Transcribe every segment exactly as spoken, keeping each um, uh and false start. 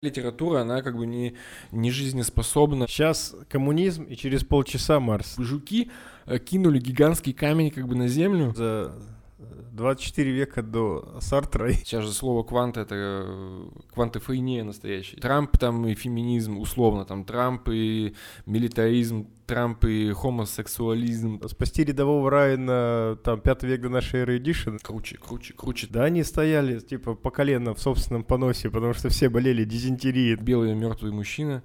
Литература, она как бы не, не жизнеспособна. Сейчас коммунизм и через полчаса Марс. Жуки кинули гигантский камень как бы на землю. За двадцать четыре века до Сартра. Сейчас же слово квант — это квантофейния настоящая. Трамп там и феминизм, условно, там Трамп и милитаризм, Трамп и хомосексуализм. Спасти рядового Райана, там, пятый век до нашей эры Эдишн. Круче, круче, круче. Да, они стояли, типа, по колено в собственном поносе, потому что все болели дизентерией. Белый мертвый мужчина.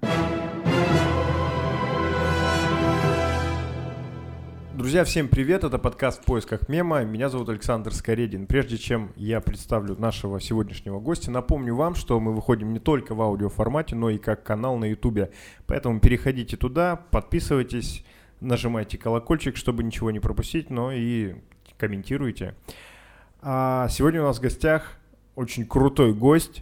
Друзья, всем привет, это подкаст «В поисках мема», меня зовут Александр Скоредин. Прежде чем я представлю нашего сегодняшнего гостя, напомню вам, что мы выходим не только в аудиоформате, но и как канал на ютубе. Поэтому переходите туда, подписывайтесь, нажимайте колокольчик, чтобы ничего не пропустить, но и комментируйте. А сегодня у нас в гостях очень крутой гость,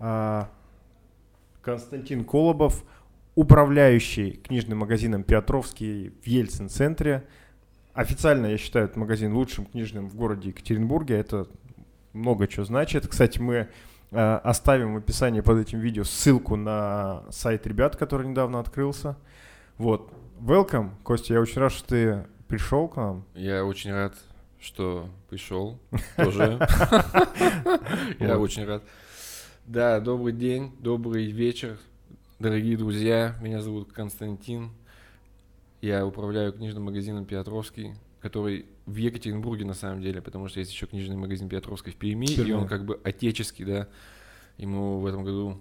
Константин Колобов, управляющий книжным магазином «Петровский» в Ельцин-центре. Официально, я считаю, этот магазин лучшим книжным в городе Екатеринбурге. Это много чего значит. Кстати, мы э, оставим в описании под этим видео ссылку на сайт ребят, который недавно открылся. Вот. Welcome, Костя, я очень рад, что ты пришел к нам. Я очень рад, что пришел тоже. Я очень рад. Да, добрый день, добрый вечер, дорогие друзья. Меня зовут Константин. Я управляю книжным магазином «Петровский», который в Екатеринбурге на самом деле, потому что есть еще книжный магазин «Петровский» в Перми, Перми. И он как бы отеческий, да. Ему в этом году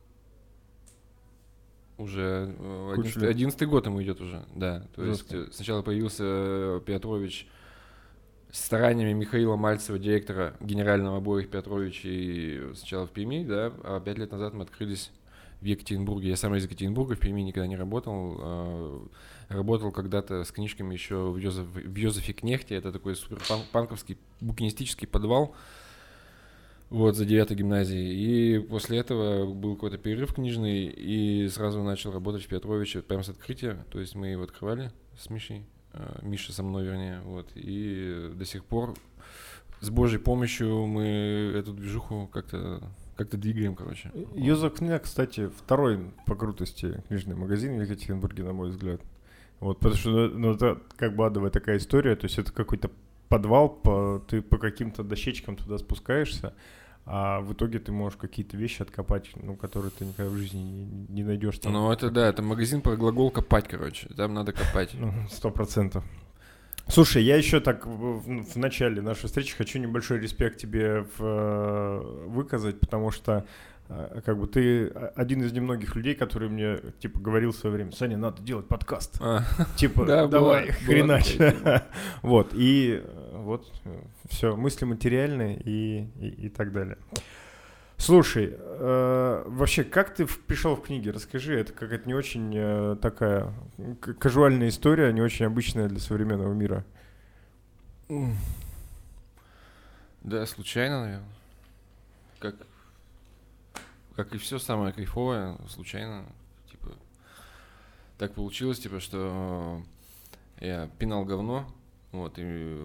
уже одиннадцатый год ему идет уже, да. То Жестко. Есть сначала появился Петрович с стараниями Михаила Мальцева, директора генерального обоих Петровичей, сначала в Перми, да, а пять лет назад мы открылись в Екатеринбурге. Я сам из Екатеринбурга, в Перми никогда не работал. Работал когда-то с книжками еще в, Йозеф, в Йозефе Кнехте. Это такой супер панковский букинистический подвал вот, за девятой гимназией. И после этого был какой-то перерыв книжный, и сразу начал работать в Петровиче прямо с открытия. То есть мы его открывали с Мишей, Миша со мной, вернее. Вот, и до сих пор с Божьей помощью мы эту движуху как-то... Как-то двигаем, короче. Йозеф Кнех, кстати, второй по крутости книжный магазин в Екатеринбурге, на мой взгляд. Вот, потому что ну, это как бы адовая такая история, то есть это какой-то подвал, по, ты по каким-то дощечкам туда спускаешься, а в итоге ты можешь какие-то вещи откопать, ну, которые ты никогда в жизни не, не найдешь. Там. Ну, это да, это магазин про глагол «копать», короче, там надо копать. Ну, сто процентов. Слушай, я еще так в, в начале нашей встречи хочу небольшой респект тебе в, выказать, потому что как бы ты один из немногих людей, который мне типа говорил в свое время: Саня, надо делать подкаст. А. Типа, да, давай, хренач. Вот, и вот все, мысли материальные и, и, и так далее. Слушай, э, вообще, как ты в, пришел в книги? Расскажи, это какая-то не очень э, такая к- казуальная история, не очень обычная для современного мира. Да, случайно, наверное. Как, как и все самое кайфовое, случайно. Типа, так получилось, типа, что я пинал говно, вот, и...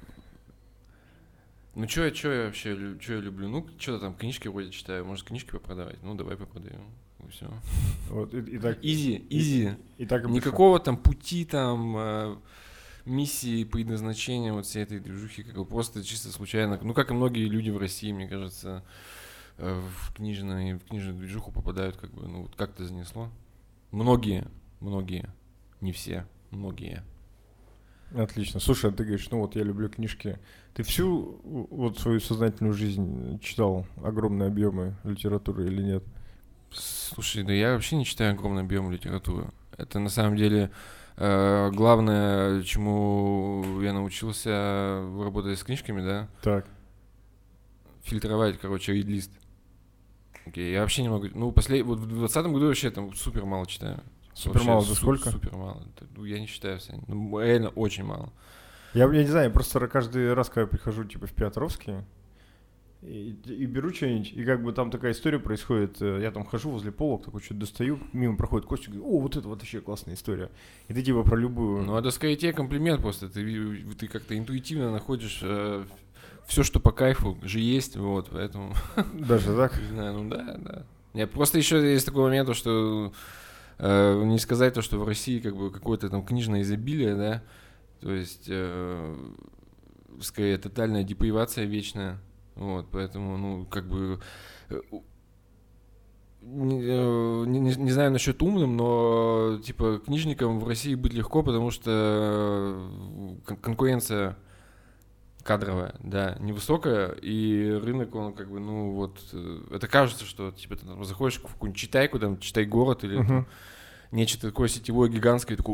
Ну, что я, чё я вообще, что я люблю? Ну, что-то там книжки вроде читаю, может, книжки попродавать? Ну, давай попродаем, и все. Вот, и, и так, изи, изи. И, и так и Никакого пришло. Там пути, там, э, миссии, предназначения вот всей этой движухи, как бы просто чисто случайно. Ну, как и многие люди в России, мне кажется, э, в книжную, в книжную движуху попадают, как бы, ну, вот как-то занесло. Многие, многие, не все, многие. Отлично. Слушай, а ты говоришь, ну вот я люблю книжки. Ты всю вот свою сознательную жизнь читал огромные объемы литературы или нет? Слушай, да я вообще не читаю огромный объем литературы. Это на самом деле э, главное, чему я научился, работая с книжками, да? Так. Фильтровать, короче, рид-лист. Окей, я вообще не могу... Ну, после... вот в двадцатом году вообще там супер мало читаю. Супер мало, за сколько? Супер мало. Ну, я не считаю, Сань. Ну, реально очень мало. Я, я не знаю, я просто каждый раз, когда я прихожу, типа, в Петровский, и, и беру что-нибудь, и как бы там такая история происходит, я там хожу возле полок, такой что-то достаю, мимо проходит Костя, говорит: о, вот это вот вообще классная история. И ты типа про любую... Ну, это скорее тебе комплимент просто. Ты, ты как-то интуитивно находишь... Э, все, что по кайфу, же есть, вот, поэтому... Даже так? Не знаю, ну да, да. Я просто еще есть такой момент, что э, не сказать то, что в России как бы какое-то там книжное изобилие, да, то есть э, скорее тотальная депривация вечная, вот, поэтому, ну, как бы э, не, не, не знаю насчет умным, но типа книжникам в России быть легко, потому что конкуренция кадровая, да, невысокая, и рынок, он как бы, ну вот, это кажется, что типа ты там заходишь в какую-нибудь читайку, там, читай город или uh-huh. там, нечто такое сетевое, гигантское, и такой,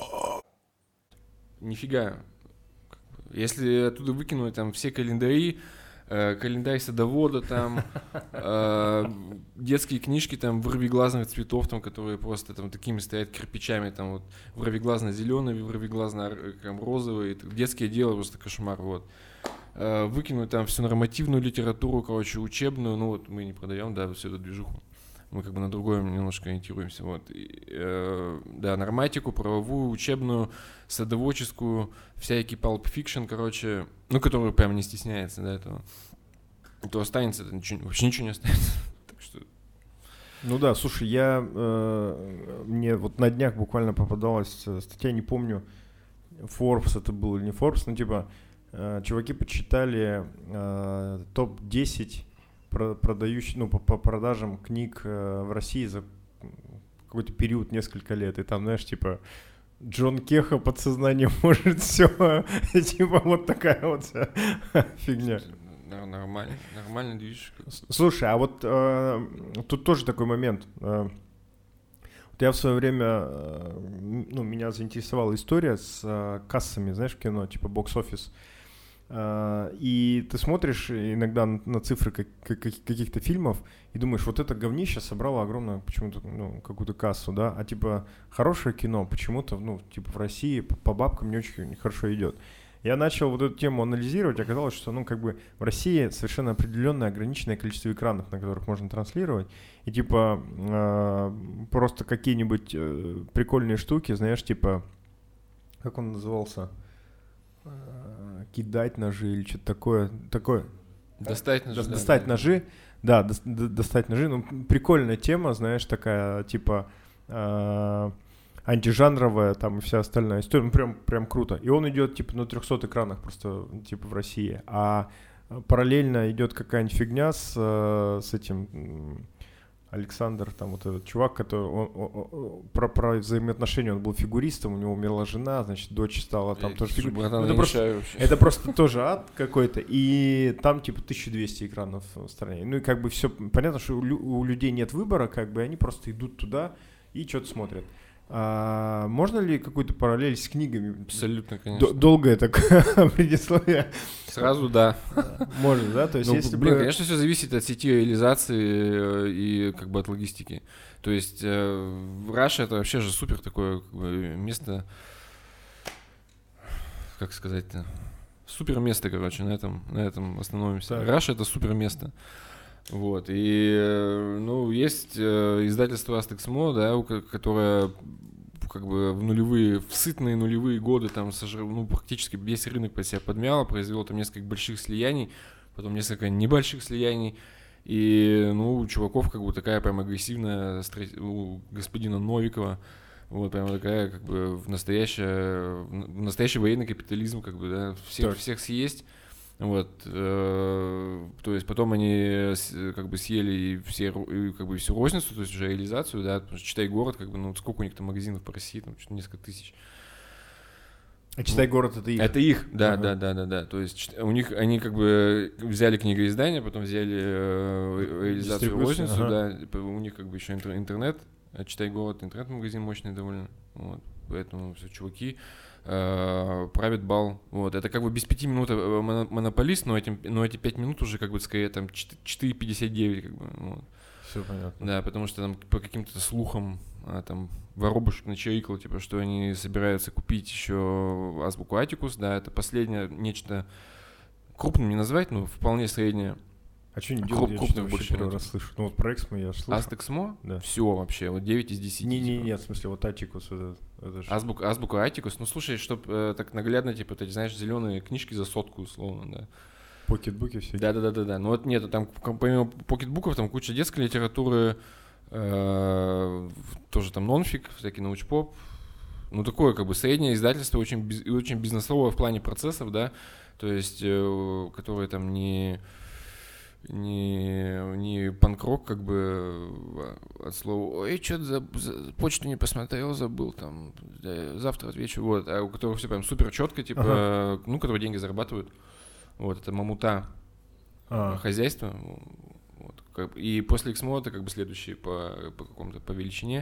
нифига. Если оттуда выкинуть там все календари, э, календарь садовода, там, э, детские книжки там вырвиглазных цветов, там, которые просто там такими стоят кирпичами, там вот вырвиглазно-зеленый, вырвиглазно-розовый, детское дело просто кошмар, вот. Э, выкинуть там всю нормативную литературу, короче, учебную, ну вот мы не продаем, да, всю эту движуху. Мы как бы на другое немножко ориентируемся. Вот. И, э, да, норматику, правовую, учебную, садоводческую, всякий pulp fiction, короче, ну, который прям не стесняется, да, этого. То останется, это ничего, вообще ничего не останется. Так что... Ну да, слушай, я, э, мне вот на днях буквально попадалась статья, не помню, Forbes это был или не Forbes, но типа, э, чуваки почитали э, топ десять продающий, ну, по, по продажам книг э, в России за какой-то период, несколько лет. И там, знаешь, типа, Джон Кеха «Подсознание может все». Типа вот такая вот вся фигня. Нормально, нормально движешь. Слушай, а вот э, тут тоже такой момент. Э, вот я в свое время, э, ну, меня заинтересовала история с э, кассами, знаешь, в кино, типа бокс-офис. Uh, и ты смотришь иногда на, на цифры как, как, каких-то фильмов и думаешь, вот это говнище собрало огромную почему-то, ну, какую-то кассу, да, а типа хорошее кино почему-то, ну, типа в России по, по бабкам не очень хорошо идет. Я начал вот эту тему анализировать, оказалось, что, ну, как бы в России совершенно определенное ограниченное количество экранов, на которых можно транслировать, и типа uh, просто какие-нибудь uh, прикольные штуки, знаешь, типа, как он назывался? Кидать ножи или что-то такое, такое. Достать ножи. До, достать да, ножи, да, до, до, достать ножи. Ну, прикольная тема, знаешь, такая, типа, э, антижанровая, там, и вся остальная история. Ну, прям, прям круто. И он идет, типа, на трехсот экранах просто, типа, в России. А параллельно идет какая-нибудь фигня с, с этим... Александр, там вот этот чувак, который он, он, он, про, про взаимоотношения, он был фигуристом, у него умерла жена, значит, дочь стала там я тоже фигуристом. Это, просто, это просто тоже ад какой-то, и там типа тысяча двести экранов в стране. Ну и как бы все, понятно, что у, у людей нет выбора, как бы они просто идут туда и что-то смотрят. А можно ли какую-то параллель с книгами? Абсолютно, конечно. Д- долгое такое предисловие. Сразу да. Может, да? То есть, ну, если блин, бы... конечно, все зависит от сети реализации и как бы от логистики. То есть э, Раша это вообще же супер такое как бы, место, как сказать-то, супер место, короче, на этом, на этом остановимся. Раша это супер место. Вот, и, ну, есть э, издательство Астексмо, да, которое как бы в нулевые, в сытные нулевые годы там сожр... ну, практически весь рынок под себя подмяло, произвело там несколько больших слияний, потом несколько небольших слияний, и, ну, у чуваков как бы такая прям агрессивная, у господина Новикова, вот, прям такая как бы настоящая, настоящий военный капитализм, как бы, да, всех, всех съесть. Вот, э, то есть потом они с, как бы съели и все, и, как бы всю розницу, то есть уже реализацию, да, потому что «Читай город», как бы, ну, сколько у них там магазинов по России, там, что-то несколько тысяч. А «Читай вот. город» — это их? Это их, да, ага. да, да, да, да, то есть у них, они как бы взяли книгоиздание, потом взяли э, реализацию розницу, ага. да, у них как бы еще интернет, «Читай город», интернет-магазин мощный довольно, вот, поэтому все, чуваки правит бал. Вот. Это как бы без пяти минут монополист, но, этим, но эти пять минут уже как бы скорее там четыре пятьдесят девять. Как бы, вот. Все понятно. Да, потому что там по каким-то слухам а, там воробушек начирикал, типа, что они собираются купить еще азбуку Атикус. Да, это последнее нечто крупным не назвать, но вполне среднее. А что не делают? Я что-то вообще первый раз слышу. Ну вот про Эксмо я слышу. Астексмо? Да. Все вообще, вот девять из десяти. Не-не, нет, в смысле, вот Атикус. Это, это же... Азбука, азбука Атикус. Ну слушай, чтоб э, так наглядно, типа, ты знаешь, зеленые книжки за сотку, условно, да. Покетбуки все. Да-да-да-да. Ну вот нет, там помимо покетбуков там куча детской литературы, э, тоже там нонфик, всякий научпоп. Ну такое как бы среднее издательство, очень, биз, очень бизнесовое в плане процессов, да, то есть, э, которые там не... Не, не панк-рок, как бы от слова «Ой, что-то за, за, почту не посмотрел, забыл, там, да, завтра отвечу», вот, а у которых все прям супер четко, типа, ага. ну, которые деньги зарабатывают, вот, это Мамута а. хозяйство, вот, как, и после Эксмо это как бы следующий по, по какому-то, по величине,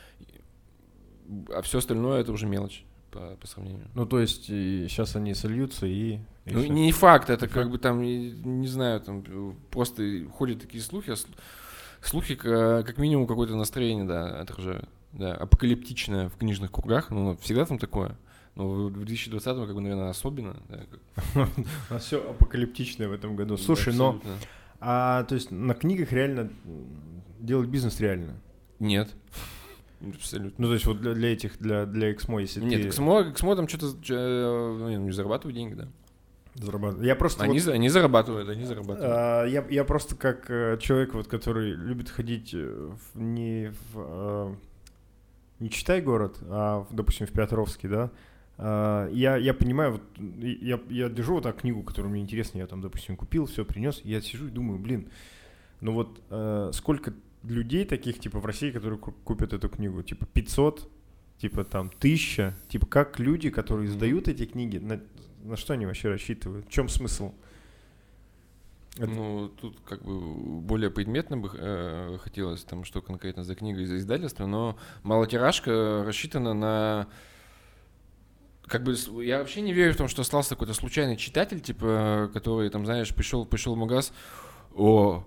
а все остальное это уже мелочь. По, по сравнению. Ну, то есть, и сейчас они сольются и... и ну, все. Не факт, это не как факт. бы там, не, не знаю, там просто ходят такие слухи, слухи как минимум какое-то настроение, да, отражают. Да, апокалиптичное в книжных кругах, ну, всегда там такое. Но в две тысячи двадцатом, как бы, наверное, особенно. Да, у нас все апокалиптичное в этом году. Слушай, но... А, то есть, на книгах реально делать бизнес реально? Нет. Абсолютно. Ну, то есть вот для, для этих, для, для Эксмо, если Нет, ты... Эксмо, Эксмо там что-то, ну, не зарабатывают деньги, да. Зарабатывают. Я просто они, вот, они зарабатывают, они зарабатывают. А, я, я просто как человек, вот, который любит ходить в, не в... А, не читай город, а, в, допустим, в Петровский, да, а, я, я понимаю, вот, я, я держу вот так книгу, которая мне интересна, я там, допустим, купил, все, принес, я сижу и думаю, блин, ну вот а, сколько... людей таких, типа, в России, которые купят эту книгу, типа, пятьсот, типа, там, тысяча, типа, как люди, которые издают эти книги, на, на что они вообще рассчитывают? В чем смысл? Это... Ну, тут, как бы, более предметно бы э, хотелось, там, что конкретно за книга и за издательство, но малотиражка рассчитана на... Как бы, я вообще не верю в том, что остался какой-то случайный читатель, типа, который, там, знаешь, пришел, пришел в магаз, о...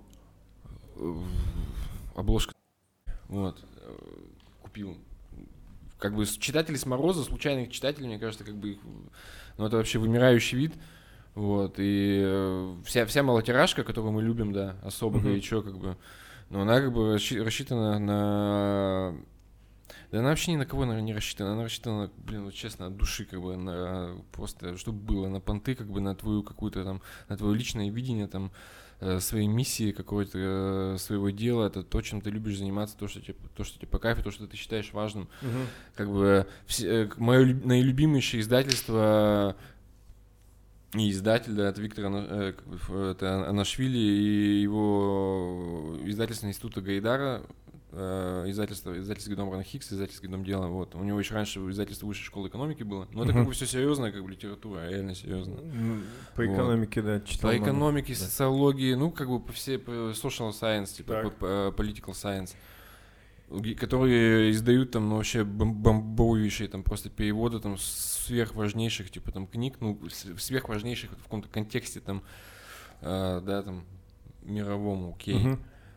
обложка, вот, купил. Как бы читатели с мороза, случайных читателей, мне кажется, как бы их, ну, это вообще вымирающий вид, вот, и вся, вся малотиражка, которую мы любим, да, особо uh-huh. горячо, как бы, но она как бы рассчитана на... Да она вообще ни на кого, наверное, не рассчитана, она рассчитана, блин, вот честно, от души, как бы, на просто, чтобы было, на понты, как бы, на твою какую-то там, на твое личное видение, там, своей миссии, какого-то своего дела, это то, чем ты любишь заниматься, то, что тебе, то, что тебе по кайфу, то, что ты считаешь важным. Uh-huh. Как бы все, мое наилюбимейшее издательство и издатель, да, это Виктор Ана, это Анашвили и его издательство Института Гайдара, издательство, издательский дом Ран Хикс, издательский дом Дела, вот. У него еще раньше издательство Высшей школы экономики было, но это uh-huh. как бы все серьезно, как бы литература, реально серьезно. По экономике, вот. Да, читал. По экономике, много. Социологии, ну, как бы по все, по social science, типа, по, political science, которые издают там, ну, вообще бомбовейшие, там, просто переводы, там, сверхважнейших, типа, там, книг, ну, сверхважнейших в каком-то контексте, там, э, да, там, мировому, окей. Okay. Uh-huh.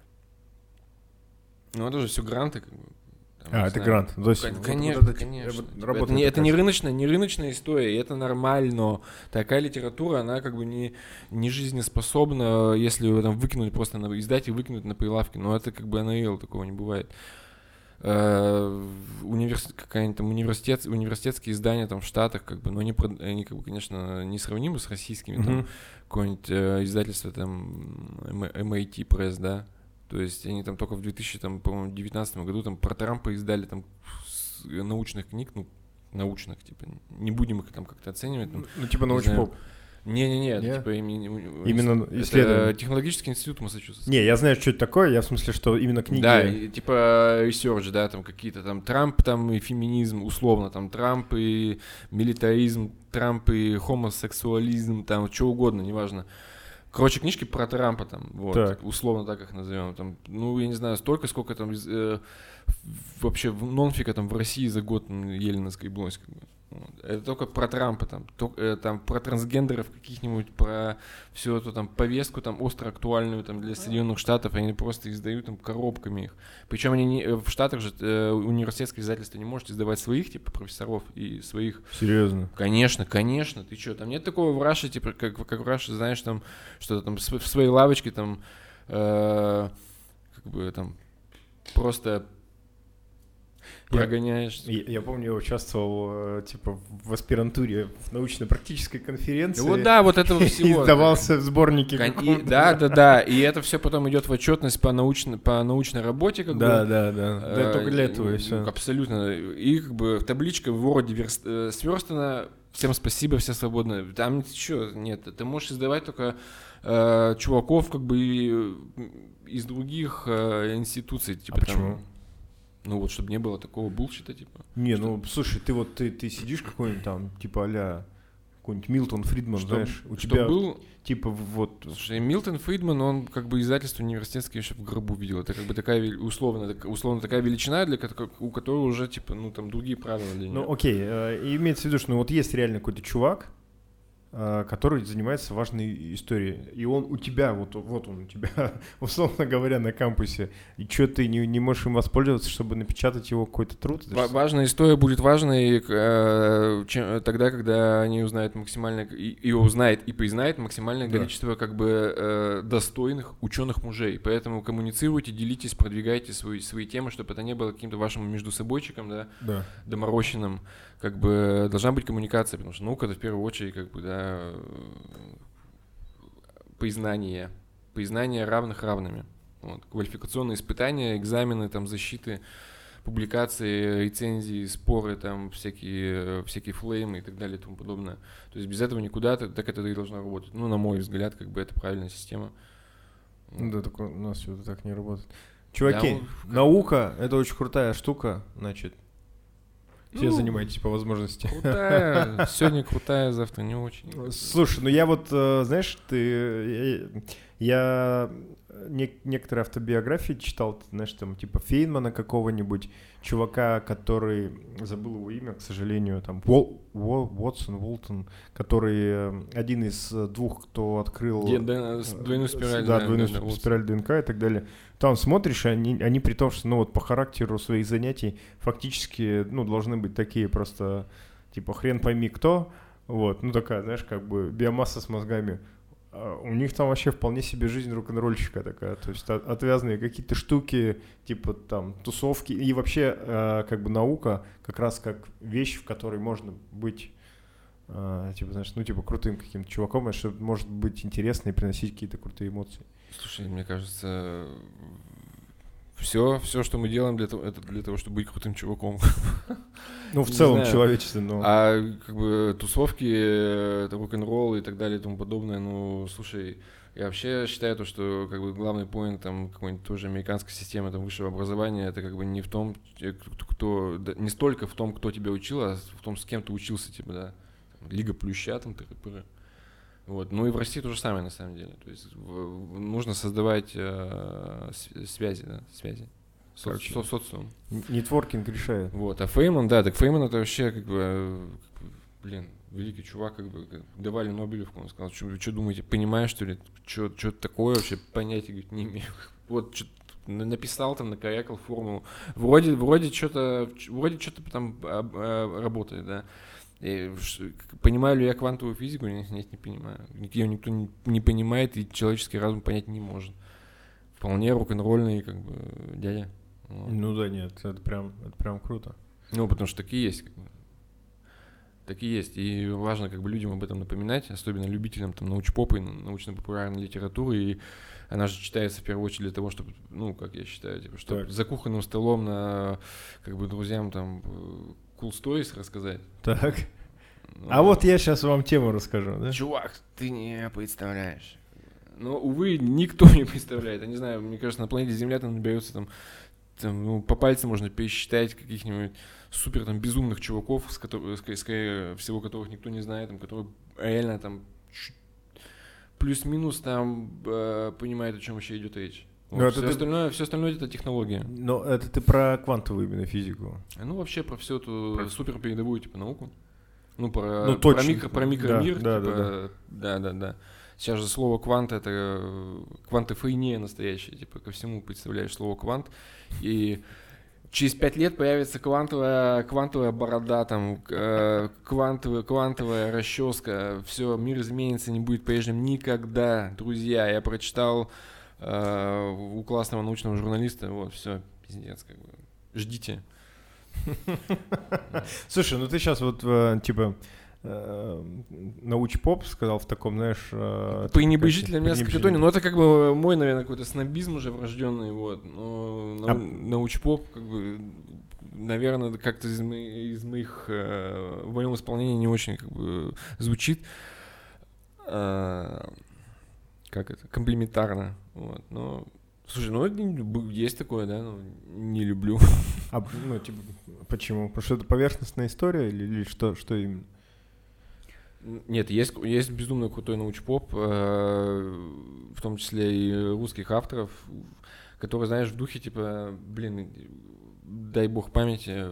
Ну, это же все гранты, как бы. Там, а, это знаю. Грант. То есть, конечно, вот, вот конечно. Это, это, не, это не, рыночная, не рыночная история, это нормально. Такая литература, она как бы не, не жизнеспособна, если ее там выкинуть, просто на, издать и выкинуть на прилавке. Но это как бы эн эл, такого не бывает. Uh, универс... какая-нибудь там университет, университетские издания там в Штатах, как бы, но они, они как бы, конечно, несравнимы с российскими, mm-hmm. там, какое-нибудь uh, издательство, там, эм ай ти Press, да. То есть они там только в две тысячи девятнадцатом году там про Трампа издали там научных книг, ну, научных, типа, не будем их там как-то оценивать. Там, ну, типа научпоп. Не-не-не, это типа именно, именно исследование. Технологический институт Массачусетса. Не, я знаю, что это такое, я в смысле, что именно книги... Да, и, типа research, да, там какие-то там Трамп там и феминизм, условно, там Трамп и милитаризм, Трамп и хомосексуализм, там, что угодно, неважно. Короче, книжки про Трампа там, вот, так. условно так их назовем, там, ну, я не знаю, столько, сколько там э, вообще нонфика там в России за год там, еле наскреблось, как бы. Вот. Это только про Трампа, там, то, э, там, про трансгендеров каких-нибудь, про всю эту там повестку там остро актуальную там для Соединенных Штатов, они просто издают там коробками их. Причем они не, в Штатах же э, университетское издательство не может издавать своих типа профессоров и своих. Серьезно? Конечно, конечно. Ты что? Там нет такого в Раше, типа как как в Раше, знаешь, там что-то там в своей лавочке там э, как бы там просто прогоняешь. Я, я помню, я участвовал типа в аспирантуре в научно-практической конференции. Вот да, вот этого всего. Издавался в сборнике. И, да, да, да. И это все потом идет в отчетность по, научно, по научной работе. Как да, бы. да, да. Да, а, только для этого и все. Абсолютно. И как бы табличка в Word верст, сверстана. Всем спасибо, все свободны. Там ничего нет. Ты можешь издавать только э, чуваков как бы из других э, институций. Типа, а почему? Там, ну вот, чтобы не было такого булшита, типа. Не, что... ну, слушай, ты вот, ты, ты сидишь какой-нибудь там, типа а-ля какой-нибудь Милтон Фридман, что, знаешь, у что тебя, был... типа, вот... Слушай, Милтон Фридман, он как бы издательство университетское еще в гробу видел. Это как бы такая, условно, условно такая величина, для у которой уже, типа, ну, там, другие правила для нее. Ну, окей, э, имеется в виду, что ну, вот есть реально какой-то чувак, который занимается важной историей. И он у тебя, вот, вот он у тебя, условно говоря, на кампусе. И что, ты не, не можешь им воспользоваться, чтобы напечатать его какой-то труд? В- важная история будет важной э, чем, тогда, когда они узнают максимальное, и, и узнает и признает максимальное да. количество как бы э, достойных ученых мужей. Поэтому коммуницируйте, делитесь, продвигайте свои, свои темы, чтобы это не было каким-то вашим между собойчиком, да, да. доморощенным. Как бы должна быть коммуникация, потому что наука это в первую очередь как бы, да, признание, признание равных равными. Вот. Квалификационные испытания, экзамены, там, защиты, публикации, рецензии, споры, там, всякие, всякие флеймы и так далее и тому подобное. То есть без этого никуда, так это и должно работать. Ну, на мой взгляд, как бы это правильная система. Вот. Да, так у нас все так не работает. Чуваки, да, наука — это очень крутая штука, значит. Все ну, занимаетесь по возможности. Крутая, сегодня крутая, завтра не очень. Слушай, ну я вот, знаешь, ты, я, я не, некоторые автобиографии читал, ты, знаешь, там типа Фейнмана какого-нибудь, чувака, который, забыл его имя, к сожалению, там, Уол, Уол, Уотсон, Уолтон, который один из двух, кто открыл... Д, д, двойную спираль. Да, двойную да, спираль да, ДНК и так далее. Там смотришь, они, они при том, что ну, вот по характеру своих занятий фактически ну, должны быть такие просто, типа, хрен пойми кто, вот, ну такая, знаешь, как бы биомасса с мозгами. А у них там вообще вполне себе жизнь рок-н-ролльщика такая, то есть от, отвязные какие-то штуки, типа там тусовки, и вообще э, как бы наука как раз как вещь, в которой можно быть, э, типа, знаешь, ну типа крутым каким-то чуваком, что может быть интересно и приносить какие-то крутые эмоции. Слушай, мне кажется, все, все, что мы делаем, для того, это для того, чтобы быть крутым чуваком. Ну, в целом, человечество, но... А как бы тусовки, рок-н-ролл и так далее и тому подобное, ну, слушай, я вообще считаю то, что как бы главный поинт там какой-нибудь тоже американской системы там высшего образования, это как бы не в том, кто, не столько в том, кто тебя учил, а в том, с кем ты учился, типа, да, Лига Плюща, там, тыры-пыры. Вот. Ну и в России то же самое на самом деле. То есть в, нужно создавать э, связи, да, связи. Со, со, социум. Нетворкинг решает. Вот. А Фейман, да, так Фейман это вообще как бы, как бы блин, великий чувак, как бы давали Нобелевку, он сказал, что, что думаете, понимаешь, что ли, что, что такое вообще, понятия, говорит, не имею. Вот что написал там, накорякал формулу. Вроде, вроде что-то, вроде что-то там работает, да. И, понимаю ли я квантовую физику? Нет, нет, не понимаю. Ее никто не, не понимает, и человеческий разум понять не может. Вполне рок-н-ролльный, как бы, дядя. Вот. Ну да, нет, это прям, это прям круто. Ну, потому что такие есть, как бы. Такие есть. И важно, как бы, людям об этом напоминать, особенно любителям там научпопа и научно-популярной литературы. И она же читается в первую очередь для того, чтобы, ну, как я считаю, типа, чтобы так. За кухонным столом на, как бы, друзьям там cool stories рассказать. Так. Ну, а вот я сейчас вам тему расскажу, да? Чувак, ты не представляешь. Но, увы, никто не представляет. Я не знаю, мне кажется, на планете Земля там наберется там, там ну, по пальцам можно пересчитать каких-нибудь супер там безумных чуваков, с которых, скорее всего, которых никто не знает, там, которые реально там плюс-минус там э, понимают, о чем вообще идет речь. Вот. Все, ты... остальное, все остальное это технология. Но это ты про квантовую именно физику. Ну, вообще про всю эту про... супер передовую типа науку. Ну, про, ну, про, микро, про микромир. Да, типа, да, да, да, да, да. Сейчас же слово квант это квантофрения настоящая, типа ко всему представляешь слово квант. И через пять лет появится квантовая, квантовая борода, там, квантовая, квантовая расческа. Все, мир изменится, не будет прежним никогда. Друзья, я прочитал у классного научного журналиста, вот, все, пиздец, как бы, ждите. Слушай, ну ты сейчас вот, типа, научпоп сказал в таком, знаешь... Пренебрежительном несколько тоне, но это как бы мой, наверное, какой-то снобизм уже врожденный, вот. Но а... научпоп, как бы, наверное, как-то из, мо- из моих, в моем исполнении не очень, как бы, звучит. А... Как это? Комплиментарно, вот, но... Слушай, ну есть такое, да, но не люблю. А, ну, типа, почему? Потому что это поверхностная история или, или что, что именно? Нет, есть, есть безумно крутой научпоп, э, в том числе и русских авторов, которые, знаешь, в духе, типа, блин, дай бог памяти.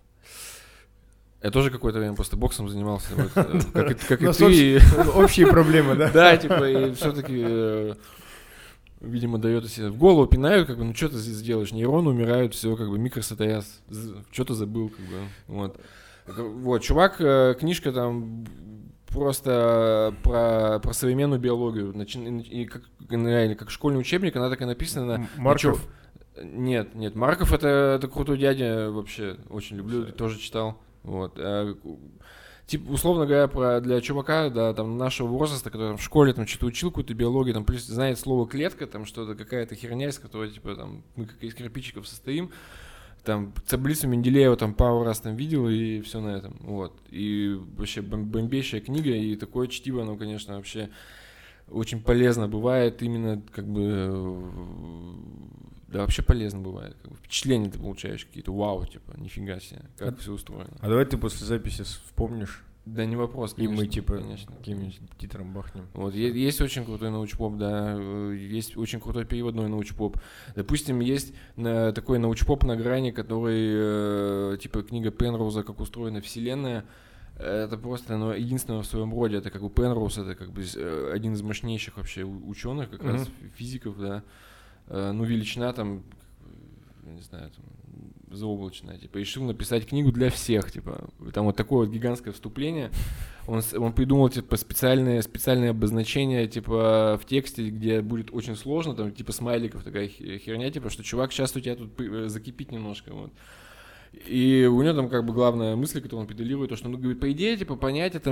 Я тоже какое-то время просто боксом занимался, вот, как, как и ты. Общие проблемы, да? Да, типа, и все-таки, видимо, дает о себе в голову, пинают, как бы, ну что ты здесь делаешь, нейроны умирают, все, как бы, микросатояз, что-то забыл, как бы, вот. Вот, чувак, книжка там просто про, про современную биологию, и как, реально, как школьный учебник, она так и написана. Марков? Нет, нет, Марков это, это крутой дядя вообще, очень люблю, тоже читал. Вот. Типа, условно говоря, про, для чувака, да, там, нашего возраста, который там, в школе там что-то учил, какую-то биологию, там, плюс знает слово клетка, там, что-то, какая-то херня, из которой, типа, там, мы как из кирпичиков состоим, там, таблицу Менделеева там пару раз там видел, и все на этом, вот. И вообще бомбейшая книга, и такое чтиво, оно, конечно, вообще очень полезно бывает, именно, как бы, да, вообще полезно бывает. Как бы, впечатления ты получаешь какие-то, вау, типа, нифига себе, как а, все устроено. А давай ты после записи вспомнишь. Да, не вопрос, конечно. И мы, типа, каким-нибудь титром бахнем. Вот, есть, есть очень крутой научпоп, да, есть очень крутой переводной научпоп. Допустим, есть на, такой научпоп на грани, который, э, типа, книга Пенроуза «Как устроена вселенная». Это просто, ну, единственное в своем роде. Это как бы Пенроуз, это как бы один из мощнейших вообще ученых, как mm-hmm. раз физиков, да. Э, ну, величина там, не знаю, там, заоблачная, типа, решил написать книгу для всех, типа, там вот такое вот гигантское вступление, он, он придумал, типа, специальные, специальные обозначения, типа, в тексте, где будет очень сложно, там, типа, смайликов такая херня, типа, что, чувак, сейчас у тебя тут закипит немножко, вот. И у него там, как бы, главная мысль, которую он педалирует, то, что, ну, говорит, по идее, типа, понять это,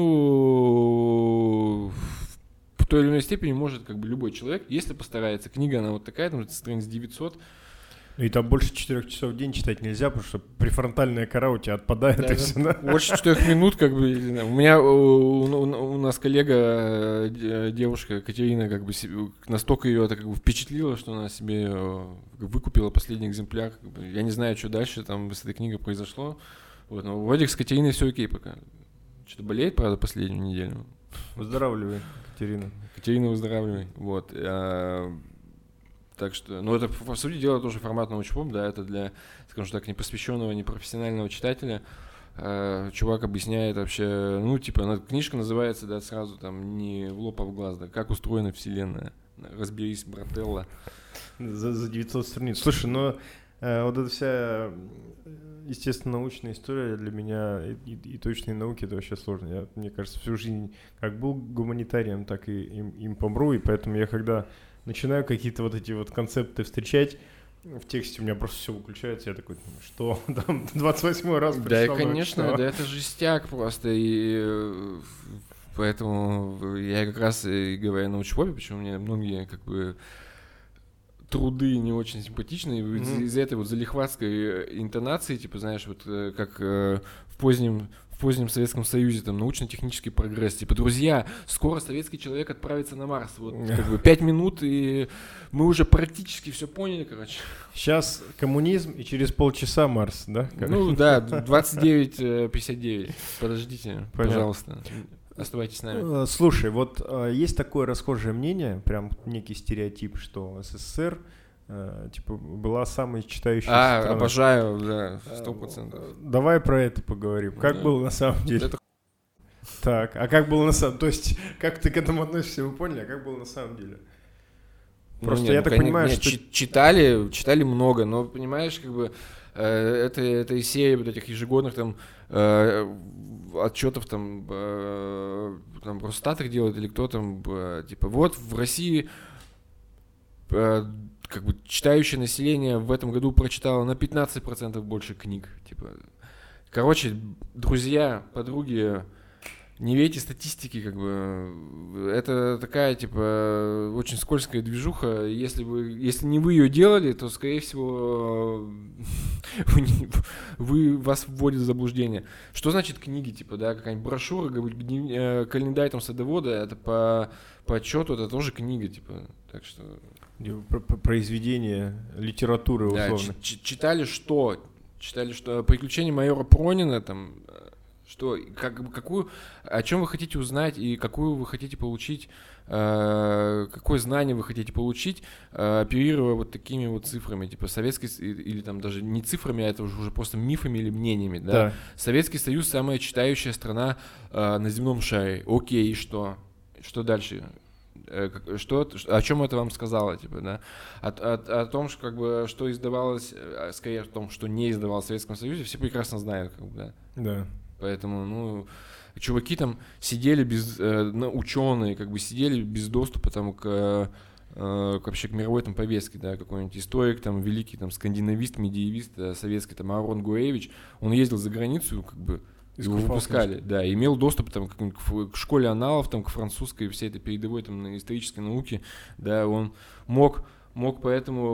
ну, в той или иной степени может, как бы, любой человек, если постарается. Книга, она вот такая, там, страниц девятьсот. И там больше четырех часов в день читать нельзя, потому что префронтальная кора у тебя отпадает, да, и все, да? Больше четырех минут, как бы, у меня, у, у, у нас коллега, девушка Катерина, как бы, настолько ее это, как бы, впечатлило, что она себе выкупила последний экземпляр. Как бы, я не знаю, что дальше там с этой книгой произошло. Вот, но вроде с Катериной все окей пока. Что-то болеет, правда, последнюю неделю. Выздоравливай, Катерина. Катерина, выздоравливай. Вот. Так что, ну, это, по сути дела, тоже формат научпоп, да, это для, скажем так, непосвященного, непрофессионального читателя. Э, чувак объясняет вообще, ну, типа, она, книжка называется, да, сразу там не в лоб, а в глаз, да, как устроена вселенная. Разберись, брателло. За, за девятьсот страниц. Слушай, ну, э, вот эта вся, естественно, научная история для меня и, и, и точные науки, это вообще сложно. Я, мне кажется, всю жизнь как был гуманитарием, так и им, им помру, и поэтому я, когда начинаю какие-то вот эти вот концепты встречать в тексте, у меня просто все выключается, я такой, что там двадцать восьмой раз прочитал. Да, конечно, что? Да, это жестяк просто, и поэтому я как раз и говорю на научпопе, почему мне многие как бы труды не очень симпатичные, mm-hmm. из-за этой вот залихватской интонации, типа, знаешь, вот как в позднем в позднем Советском Союзе, там, научно-технический прогресс. Типа, друзья, скоро советский человек отправится на Марс. Вот, как бы, пять минут, и мы уже практически все поняли, короче. Сейчас коммунизм, и через полчаса Марс, да? Ну, да, двадцать девять пятьдесят девять. Подождите, Понятно. Пожалуйста. Оставайтесь с нами. Слушай, вот есть такое расхожее мнение, прям некий стереотип, что СССР типа была самой читающей а, страной. Обожаю, да, сто процентов. Давай про это поговорим. Как да. было на самом деле? Это... Так, а как было на самом деле? То есть, как ты к этому относишься, вы поняли, а как было на самом деле? Просто ну, нет, я ну, так конечно, понимаю, нет, что... Читали, читали много, но, понимаешь, как бы, э, это, это из серии вот этих ежегодных там э, отчетов там, э, там Росстат их делает или кто там, э, типа, вот в России... Э, как бы читающее население в этом году прочитало на пятнадцать процентов больше книг. Типа. Короче, друзья, подруги, не верьте статистике, как бы. Это такая, типа, очень скользкая движуха. Если вы, если не вы ее делали, то, скорее всего, вы, вы, вас вводят в заблуждение. Что значит книги, типа, да, какая-нибудь брошюра, календарь там садовода, это по, по отчету, это тоже книга, типа, так что... Произведение литературы, условно. Да, читали что? Читали что? Приключения майора Пронина, там... Что, как, какую, о чем вы хотите узнать и какую вы хотите получить, э, какое знание вы хотите получить, э, оперируя вот такими вот цифрами, типа Советский, или там даже не цифрами, а это уже, уже просто мифами или мнениями, да? Да. Советский Союз самая читающая страна э, на земном шаре. Окей, и что? Что дальше? Что, о чем это вам сказала, типа, да? О, о, о том, что, как бы, что издавалось, скорее о том, что не издавалось в Советском Союзе, все прекрасно знают, как бы, да. Да. Поэтому, ну, чуваки там сидели без, э, ученые, как бы сидели без доступа там к, э, к вообще к мировой там повестке, да, какой-нибудь историк там великий, там, скандинавист, медиевист, э, советский, там, Аарон Гуэевич, он ездил за границу, как бы, его выпускали, да, имел доступ там к, к школе аналов, там, к французской, всей этой передовой там исторической науке, да, он мог мог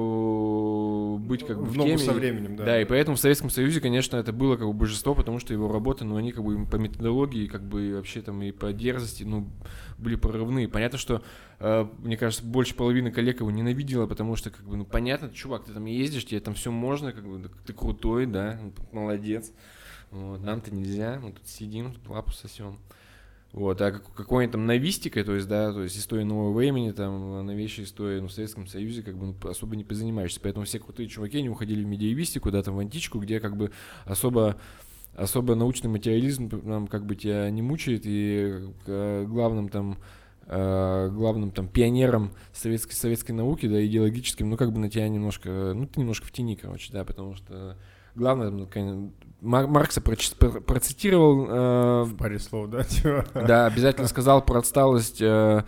поэтому быть как бы в, в теме. Со временем, да. Да, и поэтому в Советском Союзе, конечно, это было как бы божество, потому что его работы, ну, они как бы по методологии, как бы вообще там и по дерзости, ну, были прорывные. Понятно, что, э, мне кажется, больше половины коллег его ненавидела, потому что, как бы, ну, понятно, чувак, ты там ездишь, тебе там все можно, как бы, ты крутой, да, молодец. Вот, нам-то нельзя, мы тут сидим, тут лапу сосем. Вот, а какой-нибудь там новистикой, то есть, да, то есть история нового времени, там, новейшая история, ну, в Советском Союзе, как бы, ну, особо не позанимаешься. Поэтому все крутые чуваки, они уходили в медиевистику, да, там, в античку, где, как бы, особо, особо научный материализм нам, как бы, тебя не мучает, и э, главным, там, э, главным, там, пионером советской, советской науки, да, идеологическим, ну, как бы, на тебя немножко, ну, ты немножко в тени, короче, да, потому что... Главное, ну, Маркса процитировал... Э, в паре слов, да? Да, обязательно сказал про отсталость... Э,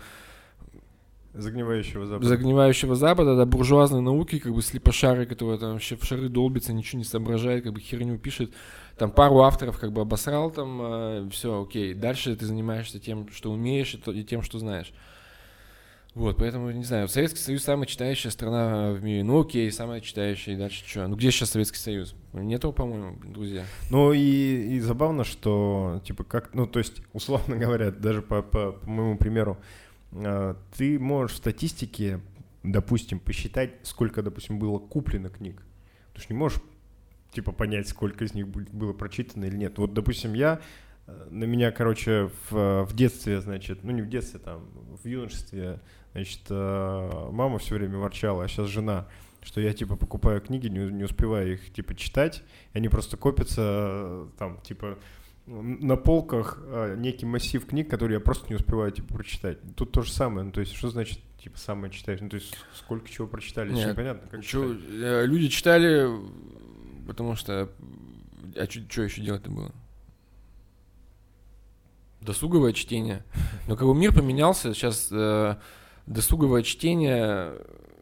Загнивающего Запада. Загнивающего Запада, да, буржуазной науки, как бы слепошары, которые там вообще в шары долбится, ничего не соображает, как бы херню пишет. Там пару авторов как бы обосрал, там, э, все, окей. Дальше ты занимаешься тем, что умеешь, и, то, и тем, что знаешь. Вот, поэтому, не знаю, Советский Союз самая читающая страна в мире. Ну окей, самая читающая, и дальше что? Ну где сейчас Советский Союз? Нету, по-моему, друзья. Ну и, и забавно, что, типа, как, ну то есть, условно говоря, даже по, по, по моему примеру, э, ты можешь в статистике, допустим, посчитать, сколько, допустим, было куплено книг. Ты же не можешь, типа, понять, сколько из них было прочитано или нет. Вот, допустим, я... На меня, короче, в, в детстве, значит, ну не в детстве, там, в юношестве, значит, мама все время ворчала, а сейчас жена, что я, типа, покупаю книги, не, не успеваю их, типа, читать, и они просто копятся, там, типа, на полках некий массив книг, которые я просто не успеваю, типа, прочитать. Тут то же самое, ну, то есть, что значит, типа, самое читаешь? Ну, то есть, сколько чего прочитали, Нет, непонятно, как чё, читать. Люди читали, потому что, а что еще делать-то было? Досуговое чтение. Но как бы мир поменялся, сейчас э, досуговое чтение...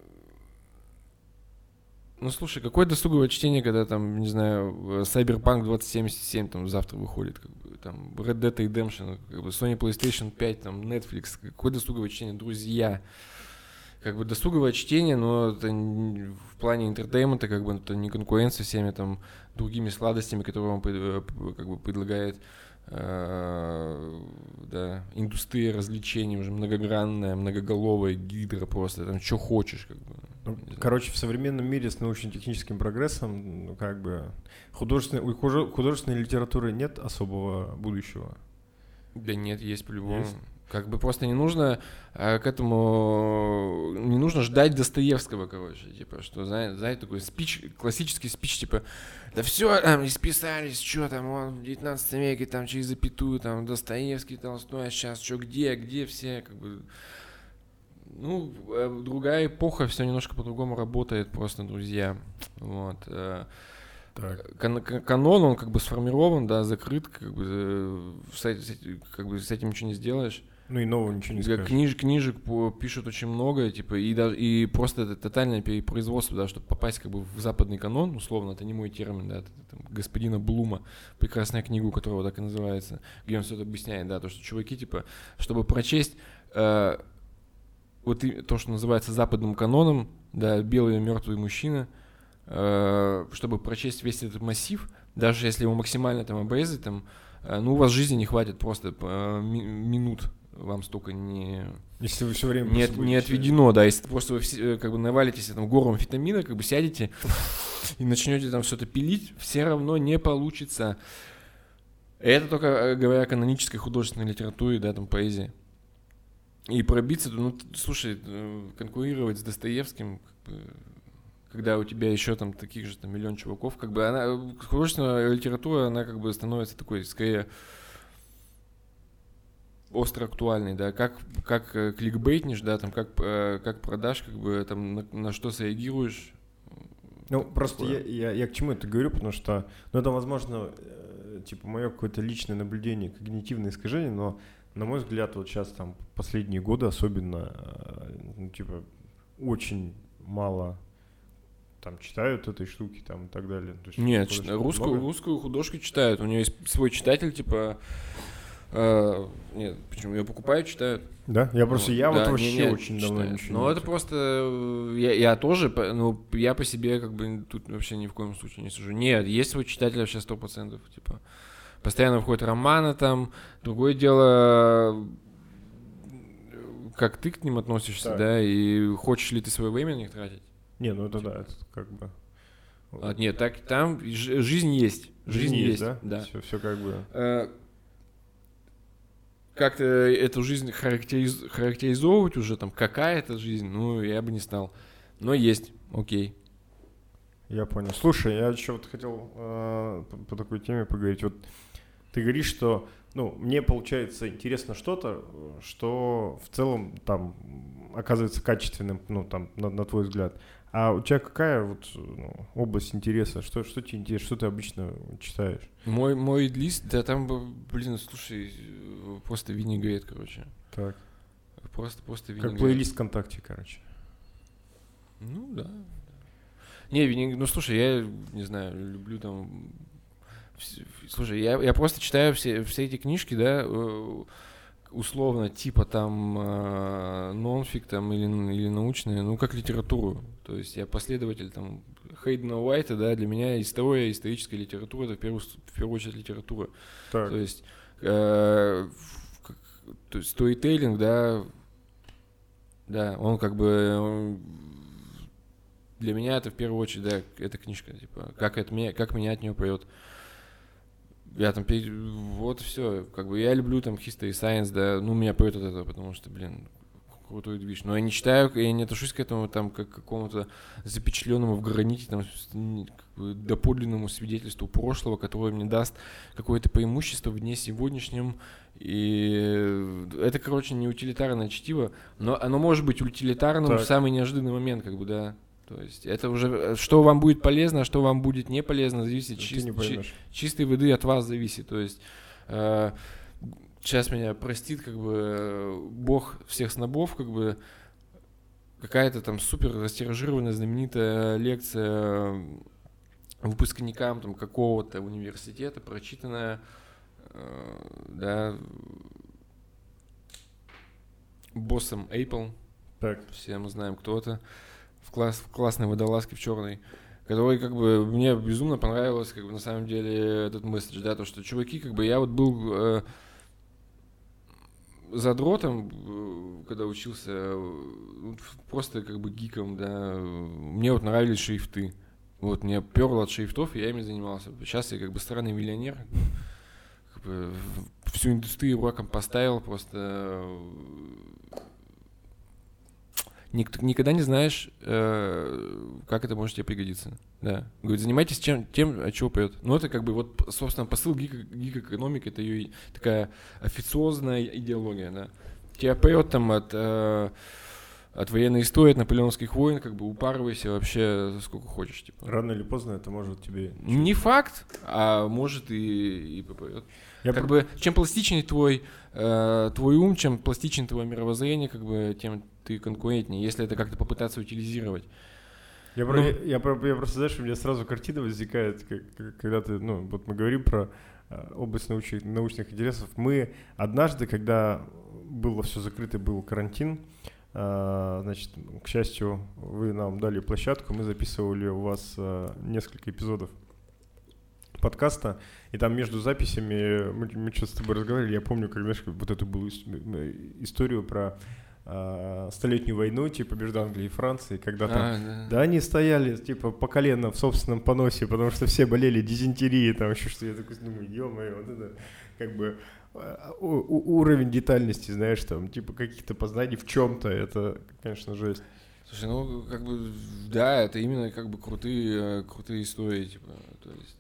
Ну, слушай, какое досуговое чтение, когда там, не знаю, Cyberpunk двадцать семьдесят семь там завтра выходит, как бы, там, Red Dead Redemption, как бы, Sony PlayStation пять, там, Netflix, какое досуговое чтение, друзья. Как бы досуговое чтение, но это в плане интертеймента, как бы, это не конкуренция всеми там другими сладостями, которые вам как бы предлагает да, индустрия развлечений уже многогранная, многоголовая, гидра просто, там, что хочешь, как бы. Ну, короче, в современном мире с научно-техническим прогрессом, ну, как бы, художественной, у художественной литературы нет особого будущего. Да нет, есть по-любому. Есть. Как бы просто не нужно а, к этому, не нужно ждать Достоевского, короче, типа, что, знаете, знаете, такой спич, классический спич, типа, да все там исписались, что там, он в девятнадцатом веке, там, через запятую, там, Достоевский, Толстой, а сейчас что, где, где все, как бы, ну, другая эпоха, все немножко по-другому работает просто, друзья, вот. Кан- канон, он как бы сформирован, да, закрыт, как бы, с, как бы с этим ничего не сделаешь. Ну и нового ничего не скажешь. Книж, книжек пишут очень много, типа, и, даже, и просто это тотальное перепроизводство, да, чтобы попасть как бы в западный канон, условно, это не мой термин, да, это, это, господина Блума, прекрасная книга, у которого так и называется, где он все это объясняет, да, то, что чуваки, типа, чтобы прочесть э, вот и, то, что называется западным каноном, да, белый мертвый мужчина, э, чтобы прочесть весь этот массив, даже если его максимально там обрезать, там, э, ну, у вас жизни не хватит просто э, ми- минут, вам столько не, если вы все время не, не отведено, да, если просто вы все, как бы навалитесь там гору амфетамина, как бы сядете и начнете там что-то пилить, все равно не получится. Это только говоря о канонической художественной литературе, да, там поэзии. И пробиться, ну, слушай, конкурировать с Достоевским, как бы, когда у тебя еще там таких же там миллион чуваков, как бы она, художественная литература, она как бы становится такой, скорее, остро актуальный, да, как, как кликбейтнешь, да, там, как, как продашь, как бы, там, на, на что среагируешь. Ну, просто я, я, я к чему это говорю, потому что, ну, это, возможно, типа, мое какое-то личное наблюдение, когнитивное искажение, но, на мой взгляд, вот сейчас, там, последние годы особенно, ну, типа, очень мало там читают этой штуки, там, и так далее. То есть, нет, русскую, русскую художку читают, у нее есть свой читатель, типа... Uh, нет, почему? Ее покупают, читают. Да? Я просто, я да, вот вообще не, не, очень давно читаю. ничего Ну, не это просто, я, я тоже, ну, я по себе как бы тут вообще ни в коем случае не сужу. Нет, есть свой читатель вообще сто процентов, типа, постоянно входят романы там, другое дело, как ты к ним относишься, так. Да, и хочешь ли ты свое время на них тратить? Не, ну это типа. Да, это как бы... А, нет, так, там жизнь есть. Жизнь, жизнь есть, есть, да? Да. Все, все как бы... Uh, как-то эту жизнь характериз... характеризовывать уже, там, какая это жизнь, ну, я бы не стал. Но есть, окей. Я понял. Слушай, я еще вот хотел э, по, по такой теме поговорить. Вот ты говоришь, что, ну, мне получается интересно что-то, что в целом там оказывается качественным, ну, там, на, на твой взгляд. А у тебя какая вот ну, область интереса? Что, что тебе интересно? Что ты обычно читаешь? Мой, мой лист, да там, блин, слушай, просто винегрет, короче. Так. Просто, просто винегрет. Как плейлист ВКонтакте, короче. Ну, да. Не, винегрет, ну, слушай, я, не знаю, люблю там... Слушай, я, я просто читаю все, все эти книжки, да, условно, типа там э, нонфик там или, или научные, ну, как литературу. То есть я последователь там Хейдена Уайта, да, для меня история, историческая литература, это в первую, в первую очередь литература. Так. То есть, э, как, то есть сторителлинг, да, да, он как бы, он, для меня это в первую очередь, да, эта книжка, типа, как, это, меня, как меня от нее поет. Я там, вот все, как бы я люблю там History Science, да, ну меня поет от этого, потому что, блин, крутой движ. Но я не читаю, я не отношусь к этому там как к какому-то запечатленному в граните, там, как бы доподлинному свидетельству прошлого, которое мне даст какое-то преимущество в дне сегодняшнем. И это, короче, не утилитарное чтиво, но оно может быть утилитарным так. В самый неожиданный момент, как бы, да. То есть это уже, что вам будет полезно, а что вам будет не полезно, зависит, чист, чи, чистой воды от вас зависит. То есть э, сейчас меня простит, как бы, бог всех снобов, как бы, какая-то там супер растиражированная знаменитая лекция выпускникам там какого-то университета, прочитанная, э, да, боссом Apple. Так. Все мы знаем, кто это. В, класс, в классной водолазке в черной, который, как бы, мне безумно понравилось, как бы, на самом деле, этот месседж, да, то, что, чуваки, как бы, я вот был э, задротом, э, когда учился, э, просто, как бы, гиком, да, мне вот нравились шрифты, вот, мне перло от шрифтов, и я ими занимался. Сейчас я, как бы, странный миллионер, как бы, всю индустрию раком поставил, просто... Никогда не знаешь, э, как это может тебе пригодиться. Да. Говорит, занимайтесь чем, тем, от чего поет. Ну, это как бы вот, собственно, посыл гик-экономики, это ее такая официозная идеология, да. Тебя поет там от, э, от военной истории, от наполеонских войн, как бы упарывайся вообще сколько хочешь. Типа. Рано или поздно это может тебе... Не факт, а может и, и попадет. Я как про... бы, чем пластичнее твой, э, твой ум, чем пластичнее твое мировоззрение, как бы, тем ты конкурентнее, если это как-то попытаться утилизировать. Я, ну, про, я, я, про, я просто, знаешь, у меня сразу картина возникает, как, когда ты, ну, вот мы говорим про э, область научных, научных интересов. Мы однажды, когда было все закрыто, был карантин, э, значит, к счастью, вы нам дали площадку, мы записывали у вас э, несколько эпизодов подкаста, и там между записями мы, мы что-то с тобой разговаривали, я помню, как, знаешь, вот эту было историю про э, столетнюю войну, типа, между Англией и Францией, когда там, а, да. да, они стояли, типа, по колено в собственном поносе, потому что все болели дизентерией, там еще что-то, я такой думаю, ё-моё, вот это, как бы, у, у, уровень детальности, знаешь, там, типа, каких-то познаний в чем-то, это, конечно, жесть. Слушай, ну, как бы, да, это именно, как бы, крутые, крутые истории, типа, то есть.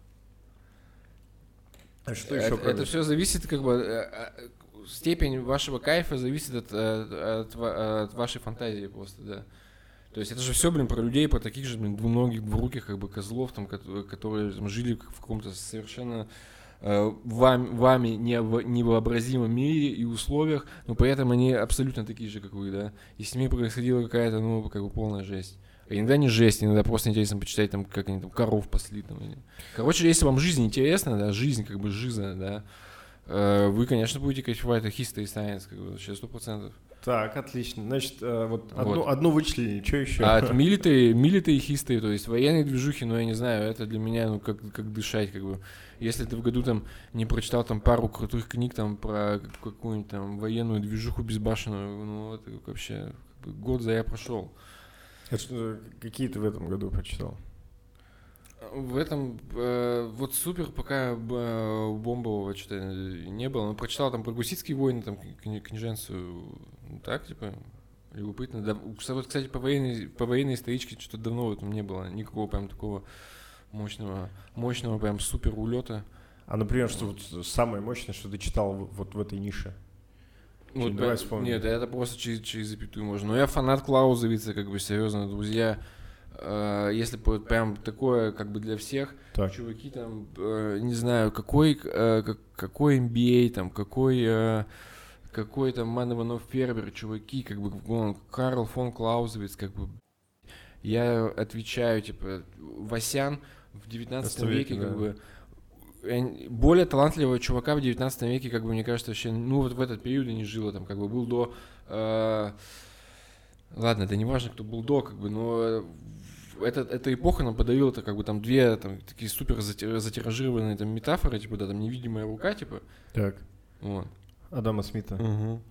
А что это, еще? Это все зависит, как бы, степень вашего кайфа зависит от, от, от вашей фантазии просто, да. То есть это же все, блин, про людей, про таких же, блин, двуногих, двуруких, как бы, козлов, там, которые там, жили в каком-то совершенно э, вами, вами невообразимом мире и условиях, но при этом они абсолютно такие же, как вы, да. И с ними происходила какая-то, ну, как бы, полная жесть. Иногда не жесть, иногда просто интересно почитать, там, как они там коров пасли. Там, или... Короче, если вам жизнь интересна, да, жизнь, как бы жиза, да, э, вы, конечно, будете кайфовать от history science, как бы, вообще сто процентов. Так, отлично. Значит, э, вот, одну, вот одну вычислили, что еще? А от military, military history, то есть военные движухи, ну, я не знаю, это для меня, ну, как, как дышать, как бы. Если ты в году, там, не прочитал, там, пару крутых книг, там, про какую-нибудь, там, военную движуху безбашенную, ну, это вообще, как бы, год зря прошел. Это, какие ты в этом году прочитал? В этом э, вот супер пока э, бомбового что-то не было. Но прочитал там про гуситские войны, там кни- книженцию, так, типа, любопытно. Да, кстати, по военной, по военной историчке что-то давно в этом не было. Никакого прям такого мощного, мощного прям супер улета. А, например, что вот самое мощное, что ты читал вот в этой нише? Вот, давай вспомним. Нет, это просто через, через запятую можно. Но я фанат Клаузевица, как бы, серьезно, друзья. Э, если вот прям такое, как бы, для всех, так. Чуваки там, э, не знаю, какой, э, какой эм би эй, там, какой, э, какой там Ман Иванов Фербер, чуваки, как бы, он, Карл фон Клаузевиц, как бы, я отвечаю, типа, Васян в девятнадцатом веке, да. Как бы, более талантливого чувака в девятнадцатом веке, как бы, мне кажется, вообще, ну, вот в этот период и не жило, там, как бы, был до... Э, ладно, да не важно, кто был до, как бы, но это, эта эпоха нам подарила, как бы, там, две, там, такие супер затиражированные, там, метафоры, типа, да, там, невидимая рука, типа. Так. Вот. Адама Смита. Угу.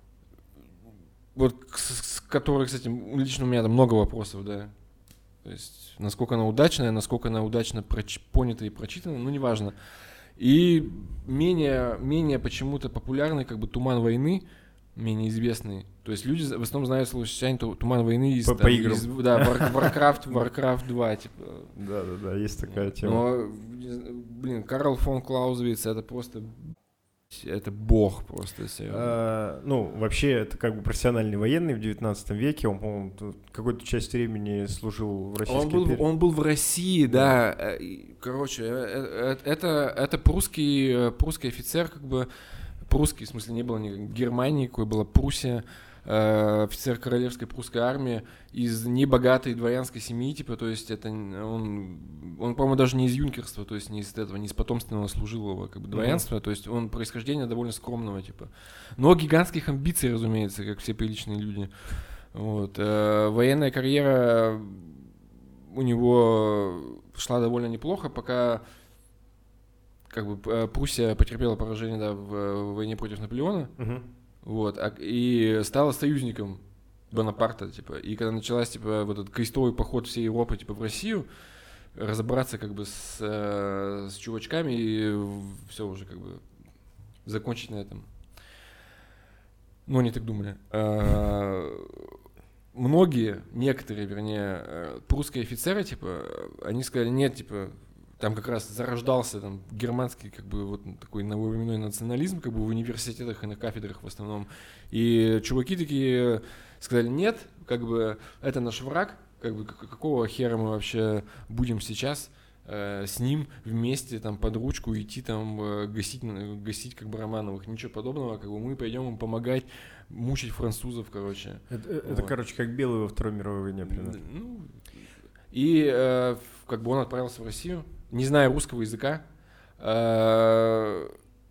Вот, с, с которой, кстати, лично у меня там много вопросов, да. То есть, насколько она удачная, насколько она удачно проч- понята и прочитана, ну, неважно. И менее, менее почему-то популярный, как бы, «Туман войны», менее известный. То есть люди в основном знают случайно «Туман войны» из, по, там, по играм. Из, да, Warcraft, Warcraft два, типа. Да-да-да, есть такая тема. Но, блин, Карл фон Клаузевиц — это просто... Это бог просто, серьезно. А, ну, вообще, это как бы профессиональный военный в девятнадцатом веке. Он, по-моему, какую-то часть времени служил в Российской он был, империи. Он был в России, да. да. Короче, это, это прусский, прусский офицер, как бы... Прусский, в смысле, не было ни Германии, какой была Пруссия. Офицер королевской прусской армии из небогатой дворянской семьи, типа, то есть это он, он, по-моему, даже не из юнкерства, то есть не из этого, не из потомственного служилого, как бы, дворянства, mm-hmm. То есть он происхождение довольно скромного, типа, но гигантских амбиций, разумеется, как все приличные люди. Вот. Военная карьера у него шла довольно неплохо, пока, как бы, Пруссия потерпела поражение, да, в войне против Наполеона. Mm-hmm. Вот, а, и стала союзником Бонапарта, типа, и когда началась, типа, вот этот крестовый поход всей Европы, типа, в Россию, разобраться, как бы, с, э, с чувачками и все уже, как бы, закончить на этом. Но они так думали. А, многие, некоторые, вернее, прусские офицеры, типа, они сказали, нет, типа, там как раз зарождался там германский, как бы, вот такой нововременной национализм, как бы, в университетах и на кафедрах в основном. И чуваки такие, сказали, нет, как бы это наш враг, как бы какого хера мы вообще будем сейчас э, с ним вместе там под ручку идти там э, гасить, гасить как бы Романовых, ничего подобного, как бы мы пойдем им помогать мучить французов, короче. Это, вот. это короче, как белые во Второй мировой войне, примерно. Ну, и э, как бы он отправился в Россию, не зная русского языка. Э,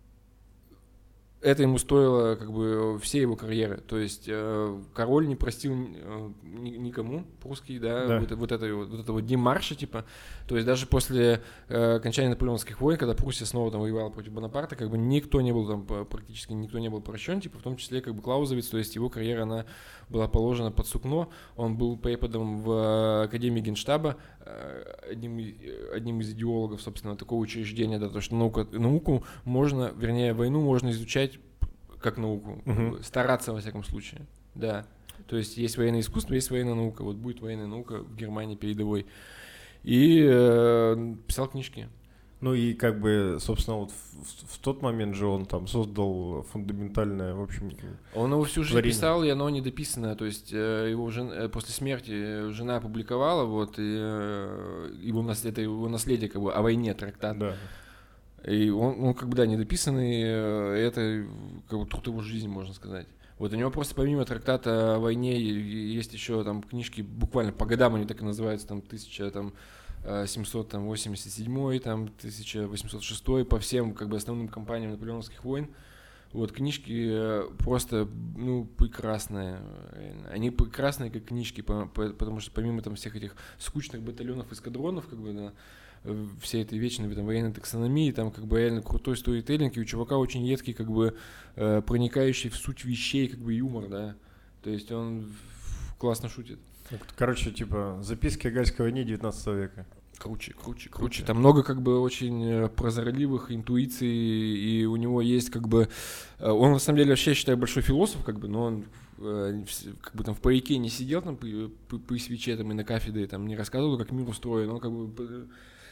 это ему стоило как бы всей его карьеры. То есть э, король не простил э, ни, никому, прусский, да, да. Вот, вот, это, вот этого демарша, типа. То есть даже после э, окончания наполеоновских войн, когда Пруссия снова там воевала против Бонапарта, как бы никто не был там, практически никто не был прощен, типа, в том числе как бы Клаузевиц, то есть его карьера, она была положена под сукно. Он был преподом в Академии Генштаба, одним, одним из идеологов, собственно, такого учреждения, да, то, что наука, науку можно, вернее, войну можно изучать как науку, uh-huh. стараться, во всяком случае, да. То есть есть военное искусство, есть военная наука. Вот будет военная наука в Германии передовой. И э, писал книжки. Ну и как бы, собственно, вот в, в тот момент же он там создал фундаментальное, в общем... Он его всю жизнь творение. Писал, и оно недописанное. То есть его жен, после смерти жена опубликовала, вот, и его, это его наследие как бы о войне, трактат. Да. И он, он как бы, да, недописанный, это как бы труд его жизни, можно сказать. Вот у него просто помимо трактата о войне есть еще там книжки, буквально по годам они так и называются, там, тысяча, там, семьсот восемьдесят седьмой, там, тысяча восемьсот шестой, по всем как бы основным кампаниям наполеоновских войн. Вот книжки просто, ну, прекрасные. Они прекрасные как книжки, потому что помимо там всех этих скучных батальонов, эскадронов, как бы, да, всей этой вечной там, военной таксономии, там как бы реально крутой сторителлинг, и у чувака очень едкий, как бы проникающий в суть вещей, как бы юмор, да. То есть он классно шутит. Короче, типа, записки о Гальской войне девятнадцатого века. Круче, круче, круче. Там много как бы очень прозорливых интуиций, и у него есть как бы... Он на самом деле вообще, я считаю, большой философ, как бы, но он как бы там в парике не сидел там при, при, при свече там и на кафедре там не рассказывал, как мир устроен, он как бы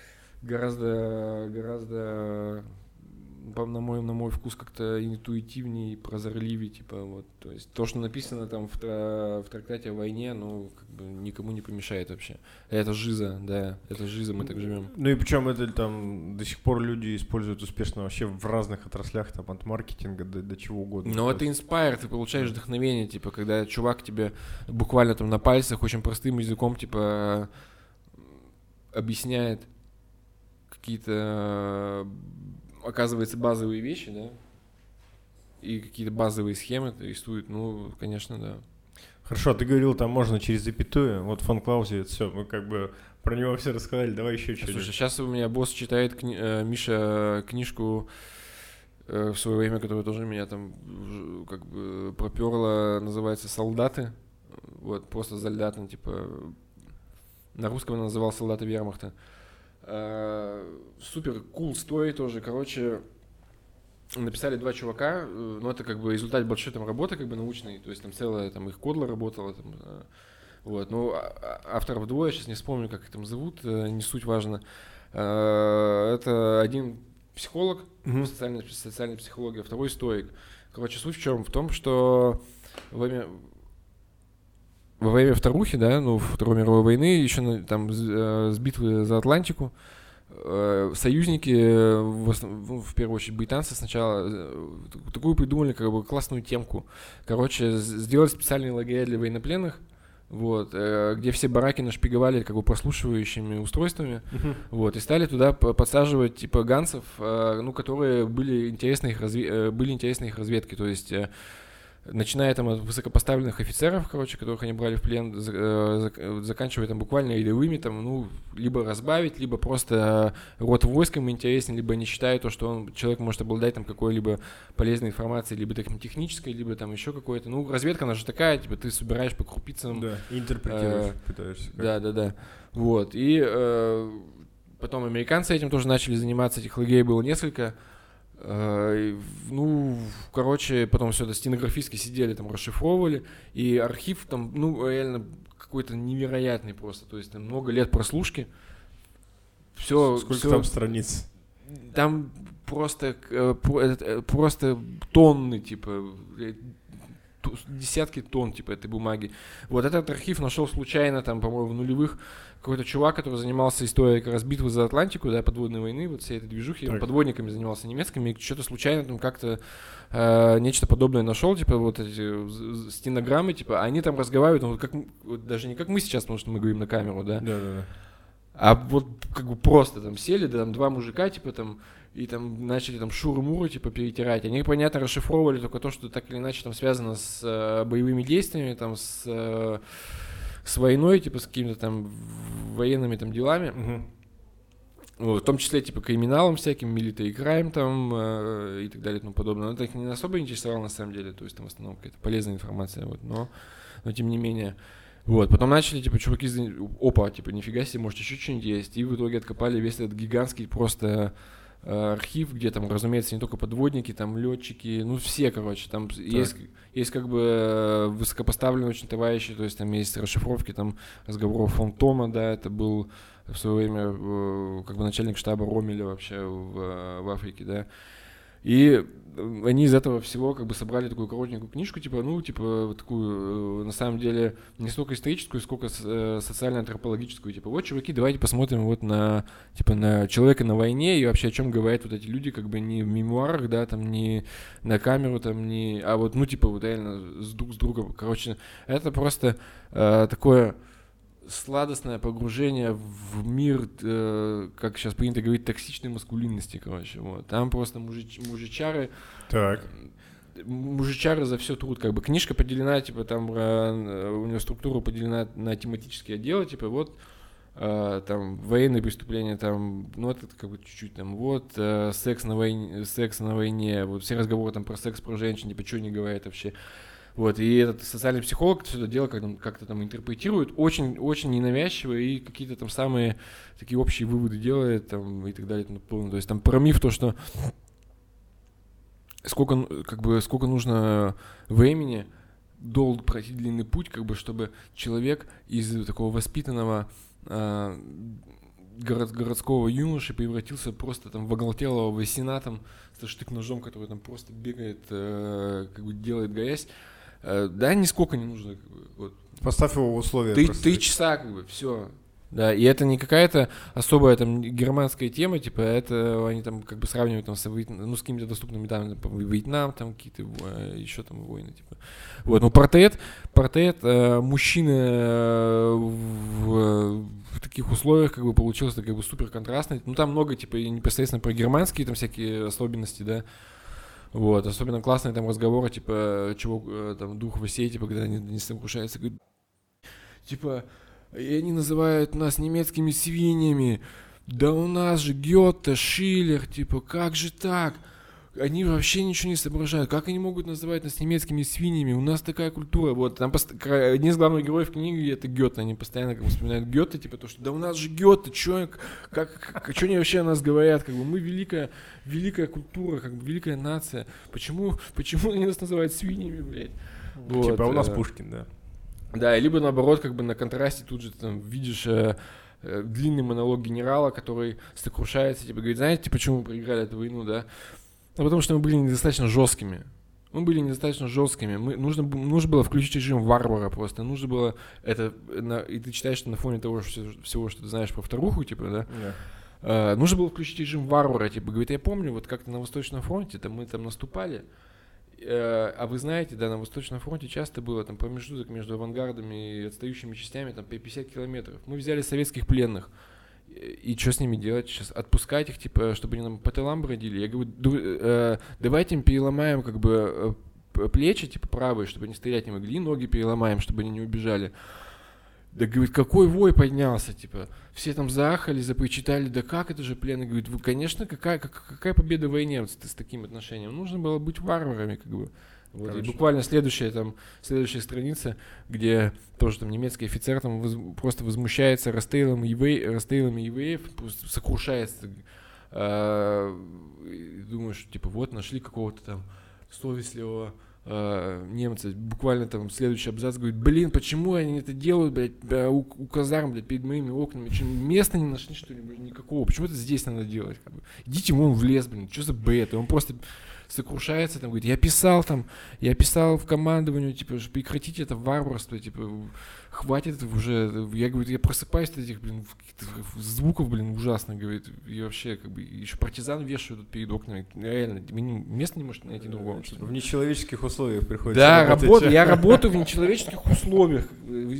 гораздо, гораздо... на мой, на мой вкус как-то интуитивнее, прозорливее, типа, вот, то есть то, что написано там в, в трактате о войне, ну, как бы никому не помешает вообще. Это жиза, да, это жиза, мы так живем. Ну и причем это там до сих пор люди используют успешно вообще в разных отраслях, там, от маркетинга до, до чего угодно. Ну, это инспайр, ты получаешь вдохновение, типа, когда чувак тебе буквально там на пальцах очень простым языком, типа, объясняет какие-то... оказывается, базовые вещи, да, и какие-то базовые схемы рисуют, ну, конечно, да. Хорошо, ты говорил, там можно через запятую, вот фон Клаузевиц, все, мы как бы про него все рассказали, давай еще что-нибудь. Слушай, сейчас у меня босс читает, кни- э, Миша, книжку э, в свое время, которая тоже меня там как бы проперла, называется «Солдаты», вот, просто «Солдаты», типа, на русском она называлась «Солдаты вермахта». Супер кул cool story тоже, короче, написали два чувака, ну это как бы результат большой там работы как бы научной, то есть там целая там их кодла работала, там, вот, ну авторов двое, сейчас не вспомню, как их там зовут, не суть важно. Это один психолог, mm-hmm. социальная, социальная психология, второй стоик. Короче, суть в чем? В том, что во время Во время вторухи, да, ну, Второй мировой войны, еще там с битвы за Атлантику, союзники, в, основном, в первую очередь британцы сначала такую придумали как бы классную темку. Короче, сделали специальные лагеря для военнопленных, вот, где все бараки нашпиговали как бы прослушивающими устройствами, uh-huh. вот, и стали туда подсаживать типа ганцев, ну, которые были интересны их, разве... были интересны их разведки, то есть начиная там от высокопоставленных офицеров, короче, которых они брали в плен, заканчивая там буквально рядовыми, там, ну, либо разбавить, либо просто род войском интересен, либо не считая то, что он, человек может обладать там какой-либо полезной информацией, либо так, технической, либо там еще какой-то. Ну, разведка, она же такая, типа, ты собираешь по крупицам. Да, интерпретируешь, э, пытаешься. Да, да, да. Вот, и э, потом американцы этим тоже начали заниматься, этих лагерей было несколько. Uh, ну, короче, потом все это стенографистки сидели, там, расшифровывали, и архив там, ну, реально какой-то невероятный просто, то есть там много лет прослушки. Все, сколько все, там страниц? Там просто, просто тонны, типа, десятки тонн, типа, этой бумаги. Вот этот архив нашел случайно, там, по-моему, в нулевых какой-то чувак, который занимался историей как раз битвы за Атлантику, да, подводной войны, вот всей этой движухи, он подводниками занимался немецкими, и что-то случайно там как-то э, нечто подобное нашел, типа, вот эти стенограммы, типа, они там разговаривают, ну, вот как, вот даже не как мы сейчас, потому что мы говорим на камеру, да, Да-да-да. а вот как бы просто там сели, да, там два мужика, типа, там, и там начали там шуру-муру, типа, перетирать. Они, понятно, расшифровывали только то, что так или иначе там связано с э, боевыми действиями, там, с, э, с войной, типа, с какими-то там военными там делами. Угу. Вот, в том числе, типа, криминалом всяким, military crime там э, и так далее и тому подобное. Но это их не особо интересовало на самом деле, то есть там в основном какая-то полезная информация, вот, но, но тем не менее. Вот, потом начали, типа, чуваки, опа, типа, нифига себе, может, еще что-нибудь есть. И в итоге откопали весь этот гигантский просто э, архив, где там, разумеется, не только подводники, там, летчики, ну, все, короче, там есть, есть, как бы, высокопоставленные очень товарищи, то есть там есть расшифровки, там, разговоров фон Тома, да, это был в свое время, э, как бы, начальник штаба Роммеля вообще в, в Африке, да. И они из этого всего как бы собрали такую коротенькую книжку, типа, ну, типа, такую, на самом деле, не столько историческую, сколько социально-антропологическую, типа, вот, чуваки, давайте посмотрим вот на, типа, на человека на войне и вообще о чем говорят вот эти люди, как бы не в мемуарах, да, там, не на камеру, там, не, а вот, ну, типа, вот реально с друг с другом, короче, это просто э, такое сладостное погружение в мир, э, как сейчас принято говорить, токсичной маскулинности, короче, вот. Там просто мужич, мужичары, так. мужичары за все труд, как бы. Книжка поделена, типа, там, э, у нее структура поделена на тематические отделы, типа, вот, э, там, военные преступления, там, ну, это как бы чуть-чуть, там, вот, э, секс на войне, секс на войне, вот, все разговоры там про секс, про женщин, типа, что не говорят вообще. Вот, и этот социальный психолог все это дело как-то, как-то там интерпретирует, очень, очень ненавязчиво, и какие-то там самые такие общие выводы делает, там, и так далее, и тому подобное. То есть там про миф то, что сколько, как бы, сколько нужно времени, долг пройти длинный путь, как бы, чтобы человек из такого воспитанного э, город, городского юноши превратился просто там в оголтелого войсена, со штык-ножом, который там просто бегает, э, как бы делает грязь. Да, нисколько не нужно. Как бы, вот. Поставь его в условия. Три, три часа, как бы, все. Да, и это не какая-то особая там германская тема, типа, это они там как бы сравнивают там, с, ну, с какими-то доступными данными, там, Вьетнам, там какие-то еще там войны, типа. Вот, ну, портрет, портрет э, мужчины э, в, в таких условиях, как бы, получился как бы супер контрастный. Ну, там много, типа, непосредственно про германские там всякие особенности, да. Вот, особенно классные там разговоры, типа, чего там дух Васей, типа, когда они не сокрушаются, говорят, типа, и они называют нас немецкими свиньями, да у нас же Гёте, Шиллер, типа, как же так? Они вообще ничего не соображают, как они могут называть нас немецкими свиньями, у нас такая культура, вот, там пост... один из главных героев книги это Гёте, они постоянно как бы вспоминают Гёте, типа, то, что да у нас же Гёте, чё, как, как, чё они вообще о нас говорят, как бы, мы великая, великая культура, как бы, великая нация, почему, почему они нас называют свиньями, блядь? Вот, типа, а у нас Пушкин, да. Да, либо наоборот, как бы на контрасте тут же там видишь э, э, длинный монолог генерала, который сокрушается, типа, говорит, знаете, почему мы проиграли эту войну, да? Ну, потому что мы были недостаточно жесткими. Мы были недостаточно жесткими. Мы, нужно, нужно было включить режим варвара просто. Нужно было это... На, и ты читаешь на фоне того что, всего, что ты знаешь про вторуху, типа, да? Yeah. Uh, нужно было включить режим варвара. Типа, говорит, я помню, вот как-то на Восточном фронте там, мы там наступали. Uh, а вы знаете, да, на Восточном фронте часто было там промежуток между авангардами и отстающими частями там по пятьдесят километров. Мы взяли советских пленных. И что с ними делать сейчас? Отпускать их, типа, чтобы они нам по тылам бродили? Я говорю, э, давайте им переломаем, как бы, э, плечи, типа, правые, чтобы они стрелять не могли, ноги переломаем, чтобы они не убежали. Да, говорит, какой вой поднялся, типа, все там заахали, запричитали, да как это же пленный? Говорит, вы, конечно, какая, какая победа в войне вот с, с таким отношением? Нужно было быть варварами, как бы. Вот, и буквально следующая, там, следующая страница, где тоже там немецкий офицер там воз, просто возмущается расстрелом евреев, расстрелом евреев, просто сокрушается. Э, думаешь, типа, вот нашли какого-то там совестливого э, немца. Буквально там следующий абзац говорит, блин, почему они это делают, блядь, у, у казарм, блядь, перед моими окнами? Что, места не нашли, что ли, никакого? Почему это здесь надо делать? Как бы? Идите вон в лес, блин, что за бред? И он просто сокрушается, там, говорит, я писал там, я писал в командованию, типа, прекратите это варварство, типа, хватит уже, я, говорю, я просыпаюсь от этих, блин, звуков, блин, ужасно, говорит, и вообще, как бы, еще партизан вешают тут перед окнами, реально, место не может найти другого. В нечеловеческих условиях приходится да, работать. Я работаю в нечеловеческих условиях.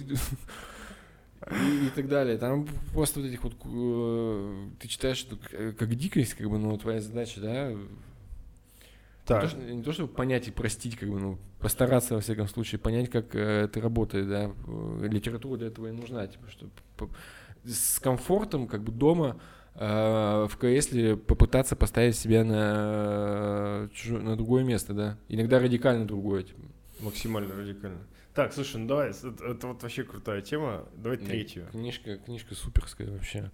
И, и так далее. Там просто вот этих вот э, ты читаешь, что как дикость, как бы, ну, твоя задача, да. Так. Не, то, что, не то, чтобы понять и простить, как бы, ну, постараться, во всяком случае, понять, как э, это работает, да. Литература для этого и нужна, типа, чтобы по, с комфортом, как бы, дома э, в кресле попытаться поставить себя на, чужое, на другое место, да. Иногда радикально другое, типа. Максимально радикально. Так, слушай, ну давай, это, это вот вообще крутая тема, давай Нет, третью. Книжка, книжка суперская вообще.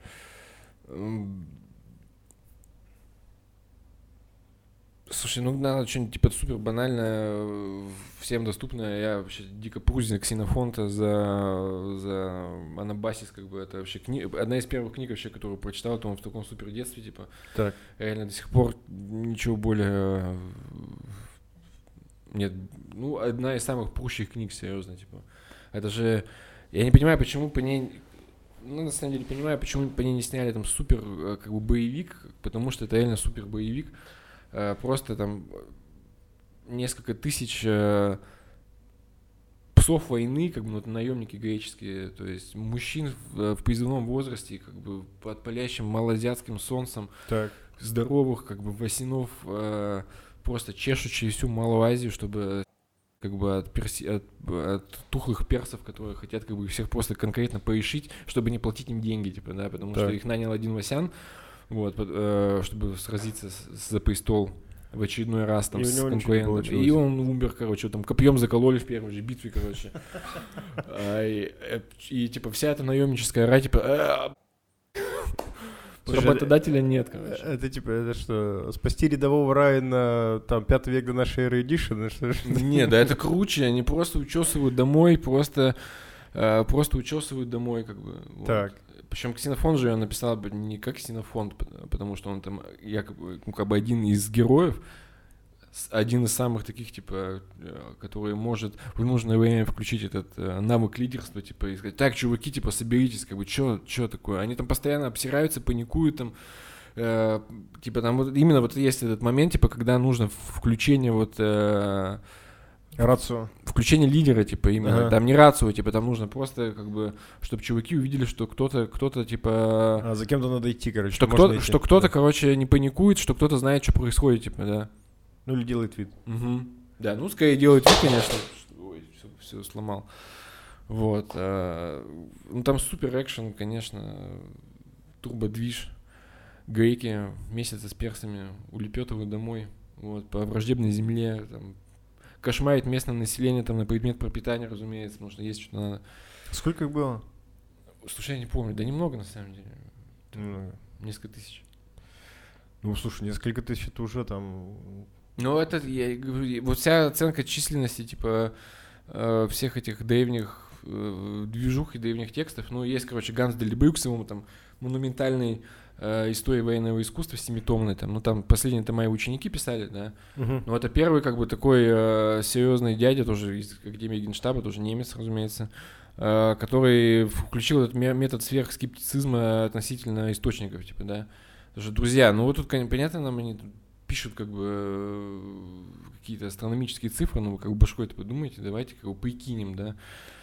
Слушай, ну надо что-нибудь типа супер банальное, всем доступное. Я вообще дико прузин Ксенофонта за, за Анабасис, как бы это вообще кни... одна из первых книг вообще, которую прочитал, там в таком супер детстве, типа. Так. Реально до сих пор ничего более... Нет, ну, одна из самых прущих книг, серьезно, типа. Это же... Я не понимаю, почему по ней... Ну, на самом деле, понимаю, почему по ней не сняли там супер, как бы, боевик, потому что это реально супер боевик. Просто там несколько тысяч псов войны, как бы, вот, наемники греческие, то есть мужчин в, в призывном возрасте, как бы, под палящим малоазиатским солнцем, так. здоровых, как бы, восинов, просто чешущие всю Малую Азию, чтобы как бы от, перси, от, от тухлых персов, которые хотят как бы всех просто конкретно порешить, чтобы не платить им деньги, типа, да, потому так. что их нанял один Васян, вот, э, чтобы сразиться с, за престол в очередной раз там и с конкурентом. И он умер, короче, там копьем закололи в первой же битве, короче. И типа вся эта наемническая рать, типа... Работодателя нет, короче. Это типа, это что, спасти рядового Райана, там, пятый век до нашей эры Эдишн? Не, да это круче, они просто учесывают домой, просто, э, просто учесывают домой, как бы. Вот. Так. Причем Ксенофон же он написал не как Ксенофон, потому что он там якобы, ну, как бы один из героев, один из самых таких, типа, который может в нужное время включить этот э, навык лидерства, типа, и сказать, так, чуваки, типа, соберитесь, как бы, чё, чё такое? Они там постоянно обсираются, паникуют, там, э, типа, там, вот, именно вот есть этот момент, типа, когда нужно включение, вот, э, рацио. Включение лидера, типа, именно, ага. Там не рацио, типа, там нужно просто, как бы, чтобы чуваки увидели, что кто-то, кто-то, типа... А за кем-то надо идти, короче. Что, кто, что кто-то, да. короче, не паникует, что кто-то знает, что происходит, типа, да. Ну или делает вид. Угу. Да, ну скорее делает вид, конечно. Ой, все, все сломал. Вот. А, ну там супер экшен, конечно. Турбодвиж. Греки месяца с персами улепетывают домой. Вот, по враждебной земле. Там, кошмарит местное население там на предмет пропитания, разумеется, потому что есть что-то надо. Сколько их было? Слушай, я не помню. Да немного, на самом деле. Немного. Несколько тысяч. Ну, слушай, несколько тысяч это уже там... Ну, это, я говорю, вот вся оценка численности, типа, э, всех этих древних э, движух и древних текстов, ну, есть, короче, Ганс Дельбрюк с его там монументальной э, историей военного искусства, семитомной, там, ну, там, последние это мои ученики писали, да, uh-huh. Ну, это первый, как бы, такой э, серьезный дядя, тоже из Академии Генштаба, тоже немец, разумеется, э, который включил этот метод сверхскептицизма относительно источников, типа, да, потому что, друзья, ну, вот тут, понятно, нам они... пишут как бы какие-то астрономические цифры, ну вы как бы башкой-то подумайте, давайте как бы прикинем, да,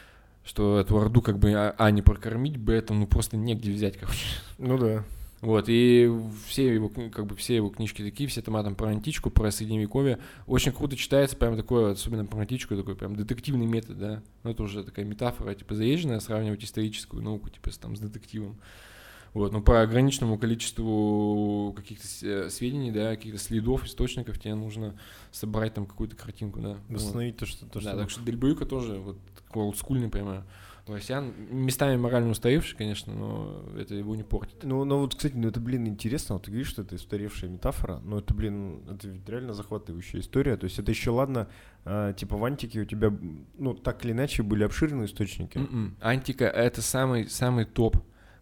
что эту орду как бы а, а не прокормить, б это ну просто негде взять, короче. Ну да. Вот, и все его, как бы все его книжки такие, все тома там про античку, про средневековье, очень круто читается, прям такое, особенно про античку, такой прям детективный метод, да, ну это уже такая метафора, типа заезженная, сравнивать историческую науку, типа с, там, с детективом. Вот, но по ограниченному количеству каких-то сведений, да, каких-то следов, источников тебе нужно собрать там какую-то картинку, да. Восстановить вот. то, что... То, да, что... так что Дельбрюка тоже вот такой олдскульный прямо Васян. Местами морально устаревший, конечно, но это его не портит. Ну, ну вот, кстати, ну это, блин, интересно. Вот ты говоришь, что это устаревшая метафора, но это, блин, это ведь реально захватывающая история. То есть это еще, ладно, а, типа в антике у тебя, ну, так или иначе были обширные источники. Mm-mm. Антика — это самый, самый топ.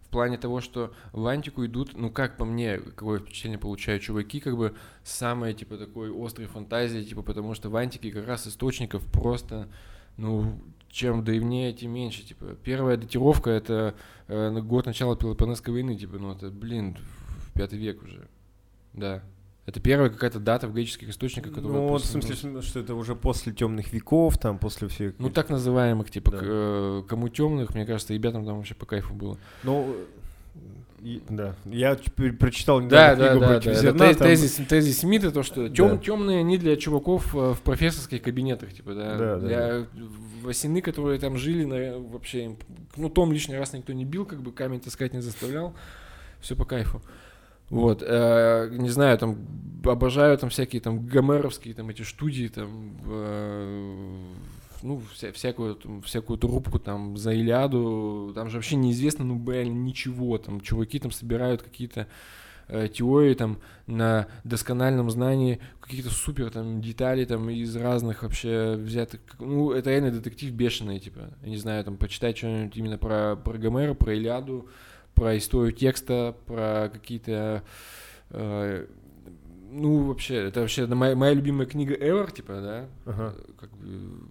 в плане того, что в антику идут, ну, как по мне, какое впечатление получают чуваки, как бы самые, типа, такой острой фантазии, типа, потому что в антике как раз источников просто, ну, чем древнее, тем меньше, типа. Первая датировка — это э, год начала Пелопоннесской войны, типа, ну, это, блин, в пятый век уже, да. Это первая какая-то дата в греческих источниках, которая... Ну, вот в смысле, что это уже после темных веков, там, после всех... Ну, так называемых, типа, да. к, э, кому темных, мне кажется, ребятам там вообще по кайфу было. Ну, и, да. Я прочитал недавно да, книгу да, «Против да, зерна». Да, там... тезис, тезис Смита, то, что тем, да. темные они для чуваков в профессорских кабинетах, типа, да. да для да, да. восьмины, которые там жили, на, вообще, ну, том лишний раз никто не бил, как бы камень таскать не заставлял. Все по кайфу. Вот, э, не знаю, там, обожаю там всякие там гомеровские там эти студии, там, э, ну, вся, всякую, там, всякую трубку там за Илиаду, там же вообще неизвестно, ну, блин, ничего, там, чуваки там собирают какие-то э, теории там на доскональном знании каких-то супер там деталей там из разных вообще взятых, ну, это реально детектив бешеный, типа, я не знаю, там, почитать что-нибудь именно про, про Гомера, про Илиаду, про историю текста, про какие-то, э, ну, вообще, это вообще моя, моя любимая книга ever, типа, да, ага. как бы...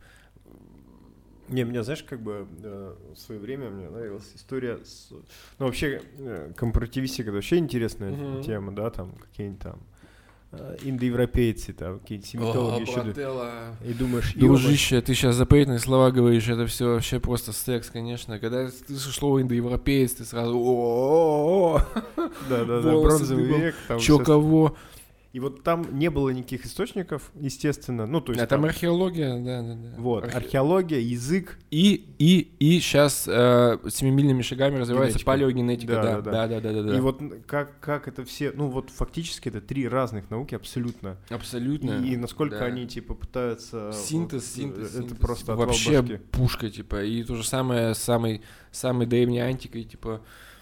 Не, мне, знаешь, как бы э, в свое время мне нравилась история с... Ну, вообще, э, компаративистика — это вообще интересная uh-huh. тема, да, там, какие-нибудь там э, индоевропейцы, там, какие-то семитологи еще... Брателло. И думаешь... Дружище, ты сейчас запретные слова говоришь, это все вообще просто секс, конечно. Когда ты слышишь слово индоевропеец, ты сразу... Да-да-да, бронзовый век. Чё, кого... И вот там не было никаких источников, естественно. Ну, то есть а там, там археология, да, да, да. Вот, Архе... археология, язык. И, и, и сейчас э, семимильными шагами развивается генетика. Палеогенетика. Да, да, да, да, да, да, да. И вот как, как это все, ну вот фактически это три разных науки абсолютно. Абсолютно. И, и насколько да. они типа пытаются... Синтез, вот, синтез, это синтез. просто вообще башки. Пушка, типа. И то же самое с самой, самой древней антикой, типа.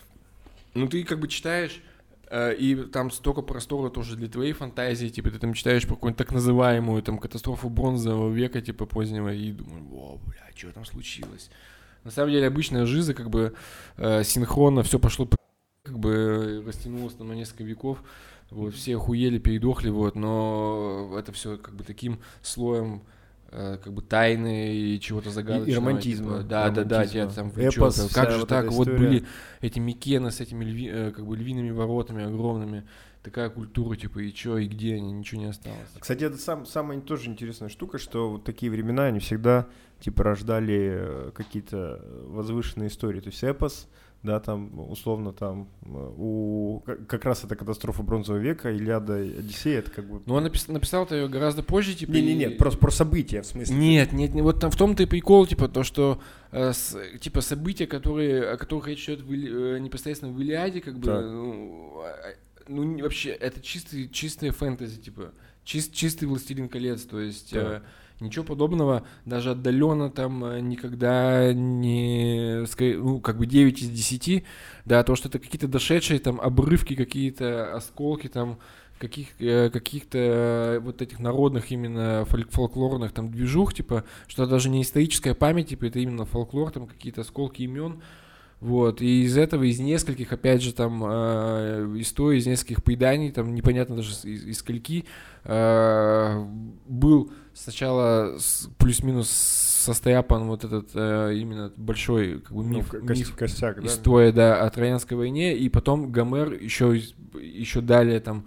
Ну ты как бы читаешь... И там столько простора тоже для твоей фантазии, типа, ты там читаешь про какую-нибудь так называемую там катастрофу бронзового века, типа, позднего, и думаешь, о, бля, что там случилось? На самом деле, обычная жиза, как бы, э, синхронно все пошло, как бы, растянулось там на несколько веков, вот, все охуели, передохли, вот, но это все, как бы, таким слоем, э, как бы, тайны и чего-то загадочного. И, и романтизма. Типа, да, да, да, тебя там влечет. Эпос, как же вот так, вот история. были эти Микены с этими льви, э, как бы, львиными воротами огромными, такая культура, типа, и чё, и где они, ничего не осталось. Кстати, это сам, самая тоже интересная штука, что вот такие времена, они всегда, типа, рождали какие-то возвышенные истории. То есть эпос, да, там, условно, там, у... как раз это катастрофа бронзового века, Илиада, Одиссея, это как бы... Ну, он написал, написал-то ее гораздо позже, типа... Не-не-не, и... просто про события, в смысле. Нет, нет, нет, вот там в том-то и прикол, типа, то, что, э, с, типа, события, которые, о которых речь идет в, э, непосредственно в Илиаде, как бы, так. ну, ну, вообще, это чистый, чистая фэнтези, типа, чист, чистый «Властелин колец», то есть... Э, ничего подобного, даже отдаленно там никогда не, ну, как бы девять из десяти, да, то, что это какие-то дошедшие там обрывки, какие-то осколки там, каких, каких-то вот этих народных именно фольклорных там движух, типа, что это даже не историческая память, типа, это именно фольклор, там какие-то осколки имен. Вот, и из этого, из нескольких, опять же, там, э, историй, из нескольких преданий, там, непонятно даже из, из скольки, э, был сначала с, плюс-минус состряпан вот этот э, именно большой, как бы, миф, ну, кость, миф костяк, история, да? Да, о Троянской войне, и потом Гомер еще, еще далее, там,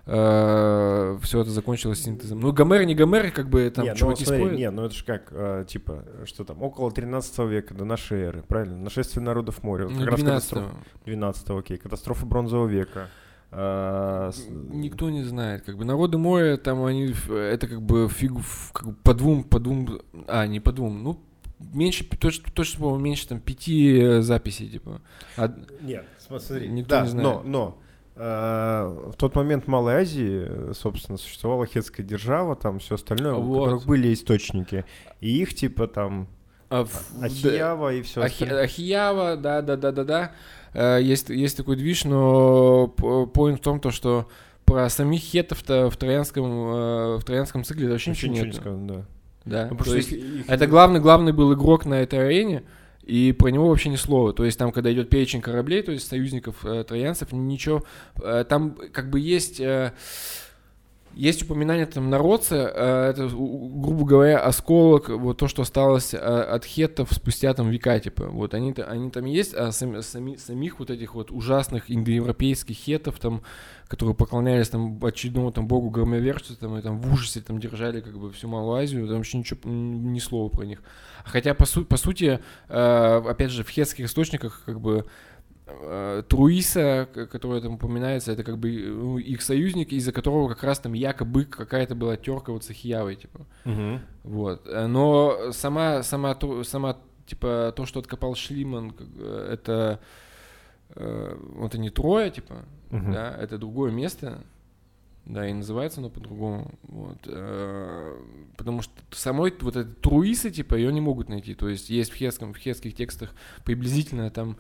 Uh, все это закончилось синтезом. Ну, Гомер, не Гомер, как бы там не, чуваки ну, смотри, спорят. Не, ну это же как, а, типа, что там, около тринадцатого века до нашей эры, правильно? Нашествие народов моря. Ну, как раз двенадцатого. двенадцатого, окей. Катастрофа бронзового века. А, с... Никто не знает, как бы народы моря, там они, это как бы фигу, как бы по двум, по двум, а, не по двум, ну, меньше, точно, точно, по-моему, меньше там пяти записей, типа. А... Нет, смотри, никто да, не знает. но, но в тот момент в Малой Азии, собственно, существовала хетская держава, там все остальное, вот. У которых были источники, и их типа там а, Ахиява да, и все Ахи, остальное. Ахиява, да, да, да, да, да. Есть, есть такой движ, но поинт в том, то, что про самих хетов-то в троянском, в троянском цикле вообще ничего нет. Да. Да. Ну, То есть их, их... Это главный, главный был игрок на этой арене. и про него вообще ни слова. То есть там, когда идет перечень кораблей, то есть союзников э, троянцев, ничего, э, там как бы есть... Э, Есть упоминание там народца, это, грубо говоря, осколок, вот то, что осталось от хеттов спустя там века, типа, вот они, они там есть, а сами, сами, самих вот этих вот ужасных индоевропейских хеттов, там, которые поклонялись там очередному там богу громовержцу, там, и там в ужасе там держали как бы всю Малую Азию, там вообще ничего, ни слова про них. Хотя, по, су- по сути, опять же, в хеттских источниках, как бы, Труиса, который там упоминается, это как бы ну, их союзник, из-за которого как раз там якобы какая-то была терка вот с Ахиявой, типа. Uh-huh. Вот. Но сама, сама, сама, типа, то, что откопал Шлиман, это, это не Троя, типа, uh-huh. да, это другое место, да, и называется оно по-другому, вот. Потому что самой вот этой Труисы, типа, ее не могут найти, то есть есть в хетском, в хетских текстах приблизительно там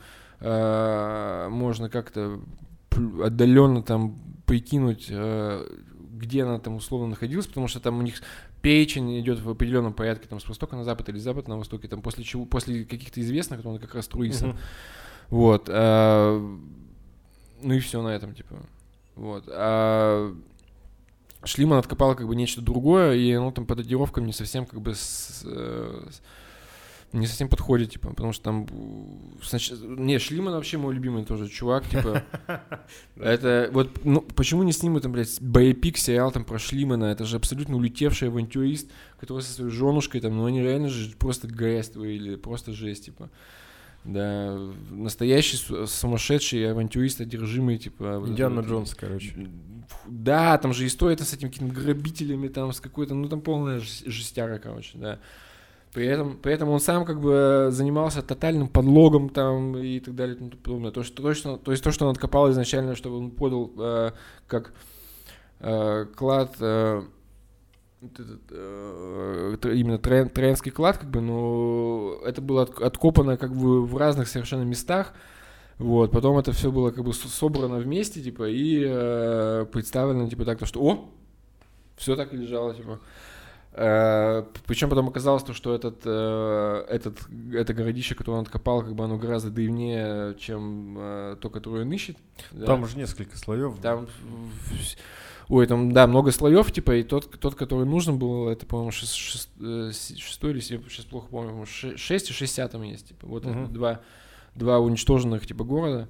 можно как-то отдаленно там прикинуть, где она там условно находилась, потому что там у них перечень идет в определенном порядке, там с востока на запад или с запада на востоке, там после чего, после каких-то известных, то он как раз Труиса. Uh-huh. Вот. А, ну и все на этом, типа. Вот. А Шлиман откопал как бы нечто другое, и оно там по датировкам не совсем как бы с, с не совсем подходит, типа, потому что там... Снач... Не, Шлиман вообще мой любимый тоже чувак, типа... Это вот... Ну, почему не снимут там, блядь, боепик, сериал там про Шлимана? Это же абсолютно улетевший авантюрист, который со своей женушкой там, ну, они реально же просто грязь творили, просто жесть, типа. Да, настоящий сумасшедший авантюрист, одержимый, типа... Индиана Джонс, короче. Да, там же история с этими какими-то грабителями, там, с какой-то... Ну, там полная жестяра, короче, да. При этом, при этом он сам как бы занимался тотальным подлогом там и так далее и тому подобное. То, что, то, что, то есть то, что он откопал изначально, чтобы он подал э, как э, клад, э, э, именно трен, троянский клад, как бы, но это было от, откопано как бы в разных совершенно местах. Вот, потом это все было как бы собрано вместе, типа, и э, представлено, типа, так, то, что о, все так и лежало, типа. Uh, причем потом оказалось, то, что этот, uh, этот, это городище, которое он откопал, как бы оно гораздо древнее, чем uh, то, которое он ищет. Там да. уже несколько слоев. Там, ой, там, да, много слоев, типа, и тот, тот который нужен был, это, по-моему, шест, шест, шестой или семь, сейчас плохо помню, шесть и шестьдесят там есть, типа, вот uh-huh. два, два уничтоженных, типа, города.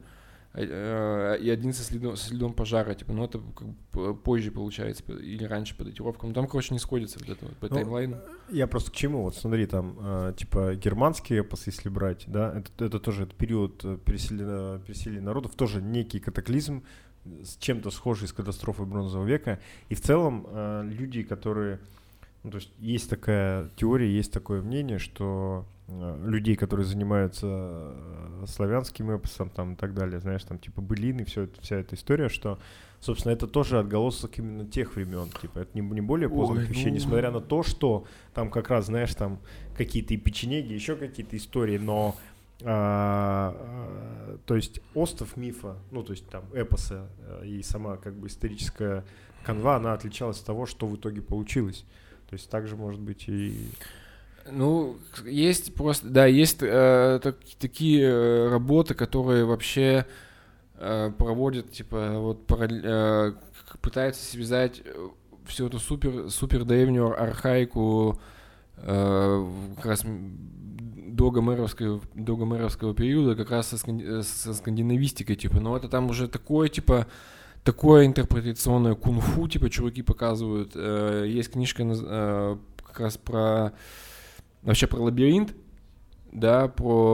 И один со следом, со следом пожара, типа, ну это как бы позже получается, или раньше по датировкам. Ну там, короче, не сходится вот это вот по ну, таймлайну. Я просто к чему, вот смотри, там, э, типа, германские эпосы, если брать, да, это, это тоже это период переселения, переселения народов, тоже некий катаклизм, с чем-то схожий с катастрофой Бронзового века. И в целом э, люди, которые, ну, то есть есть такая теория, есть такое мнение, что людей, которые занимаются славянским эпосом там и так далее, знаешь, там типа былины, все это, вся эта история, что, собственно, это тоже отголосок именно тех времен, типа, это не, не более поздних Ой, вещей, ну... несмотря на то, что там как раз, знаешь, там какие-то и печенеги, еще какие-то истории, но а, а, то есть остров мифа, ну, то есть там эпоса и сама как бы историческая канва, она отличалась от того, что в итоге получилось. То есть также может быть и... Ну, есть просто, да, есть э, так, такие э, работы, которые вообще э, проводят, типа, вот, параллель, э, пытаются связать всю эту супер, супер древнюю архаику э, как раз до гомеровского, до гомеровского периода как раз со, сканди, со скандинавистикой, типа, но это там уже такое, типа, такое интерпретационное кунг-фу, типа, чуваки показывают. Э, есть книжка э, как раз про... Вообще про лабиринт, да,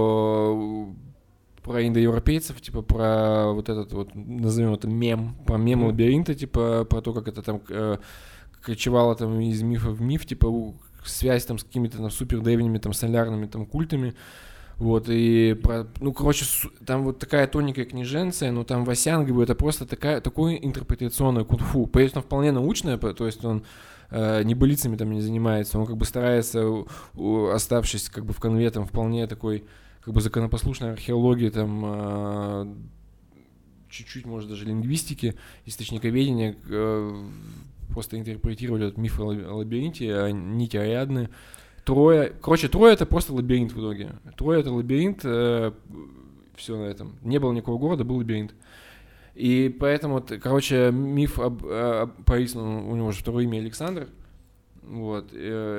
про, про индоевропейцев, типа про вот этот вот, назовем это мем, про мем лабиринта, типа про то, как это там э, кочевало там из мифа в миф, типа связь там с какими-то там супер древними там солярными там культами, вот, и про, ну, короче, там вот такая тоненькая книженция, но там Васянгову это просто такая, такое интерпретационное кунг-фу, поэтому вполне научное, то есть он небылицами там не занимается, он как бы старается, оставшись как бы в конве там вполне такой как бы законопослушной археологии, там чуть-чуть, может, даже лингвистики, источниковедения, просто интерпретировали этот миф о лабиринте, о нити Ариадны, Трое, короче, Трое это просто лабиринт в итоге. Трое это лабиринт, э, все на этом. Не было никакого города, был лабиринт. И поэтому, короче, миф об, об Парисе, у него же второе имя Александр. Вот.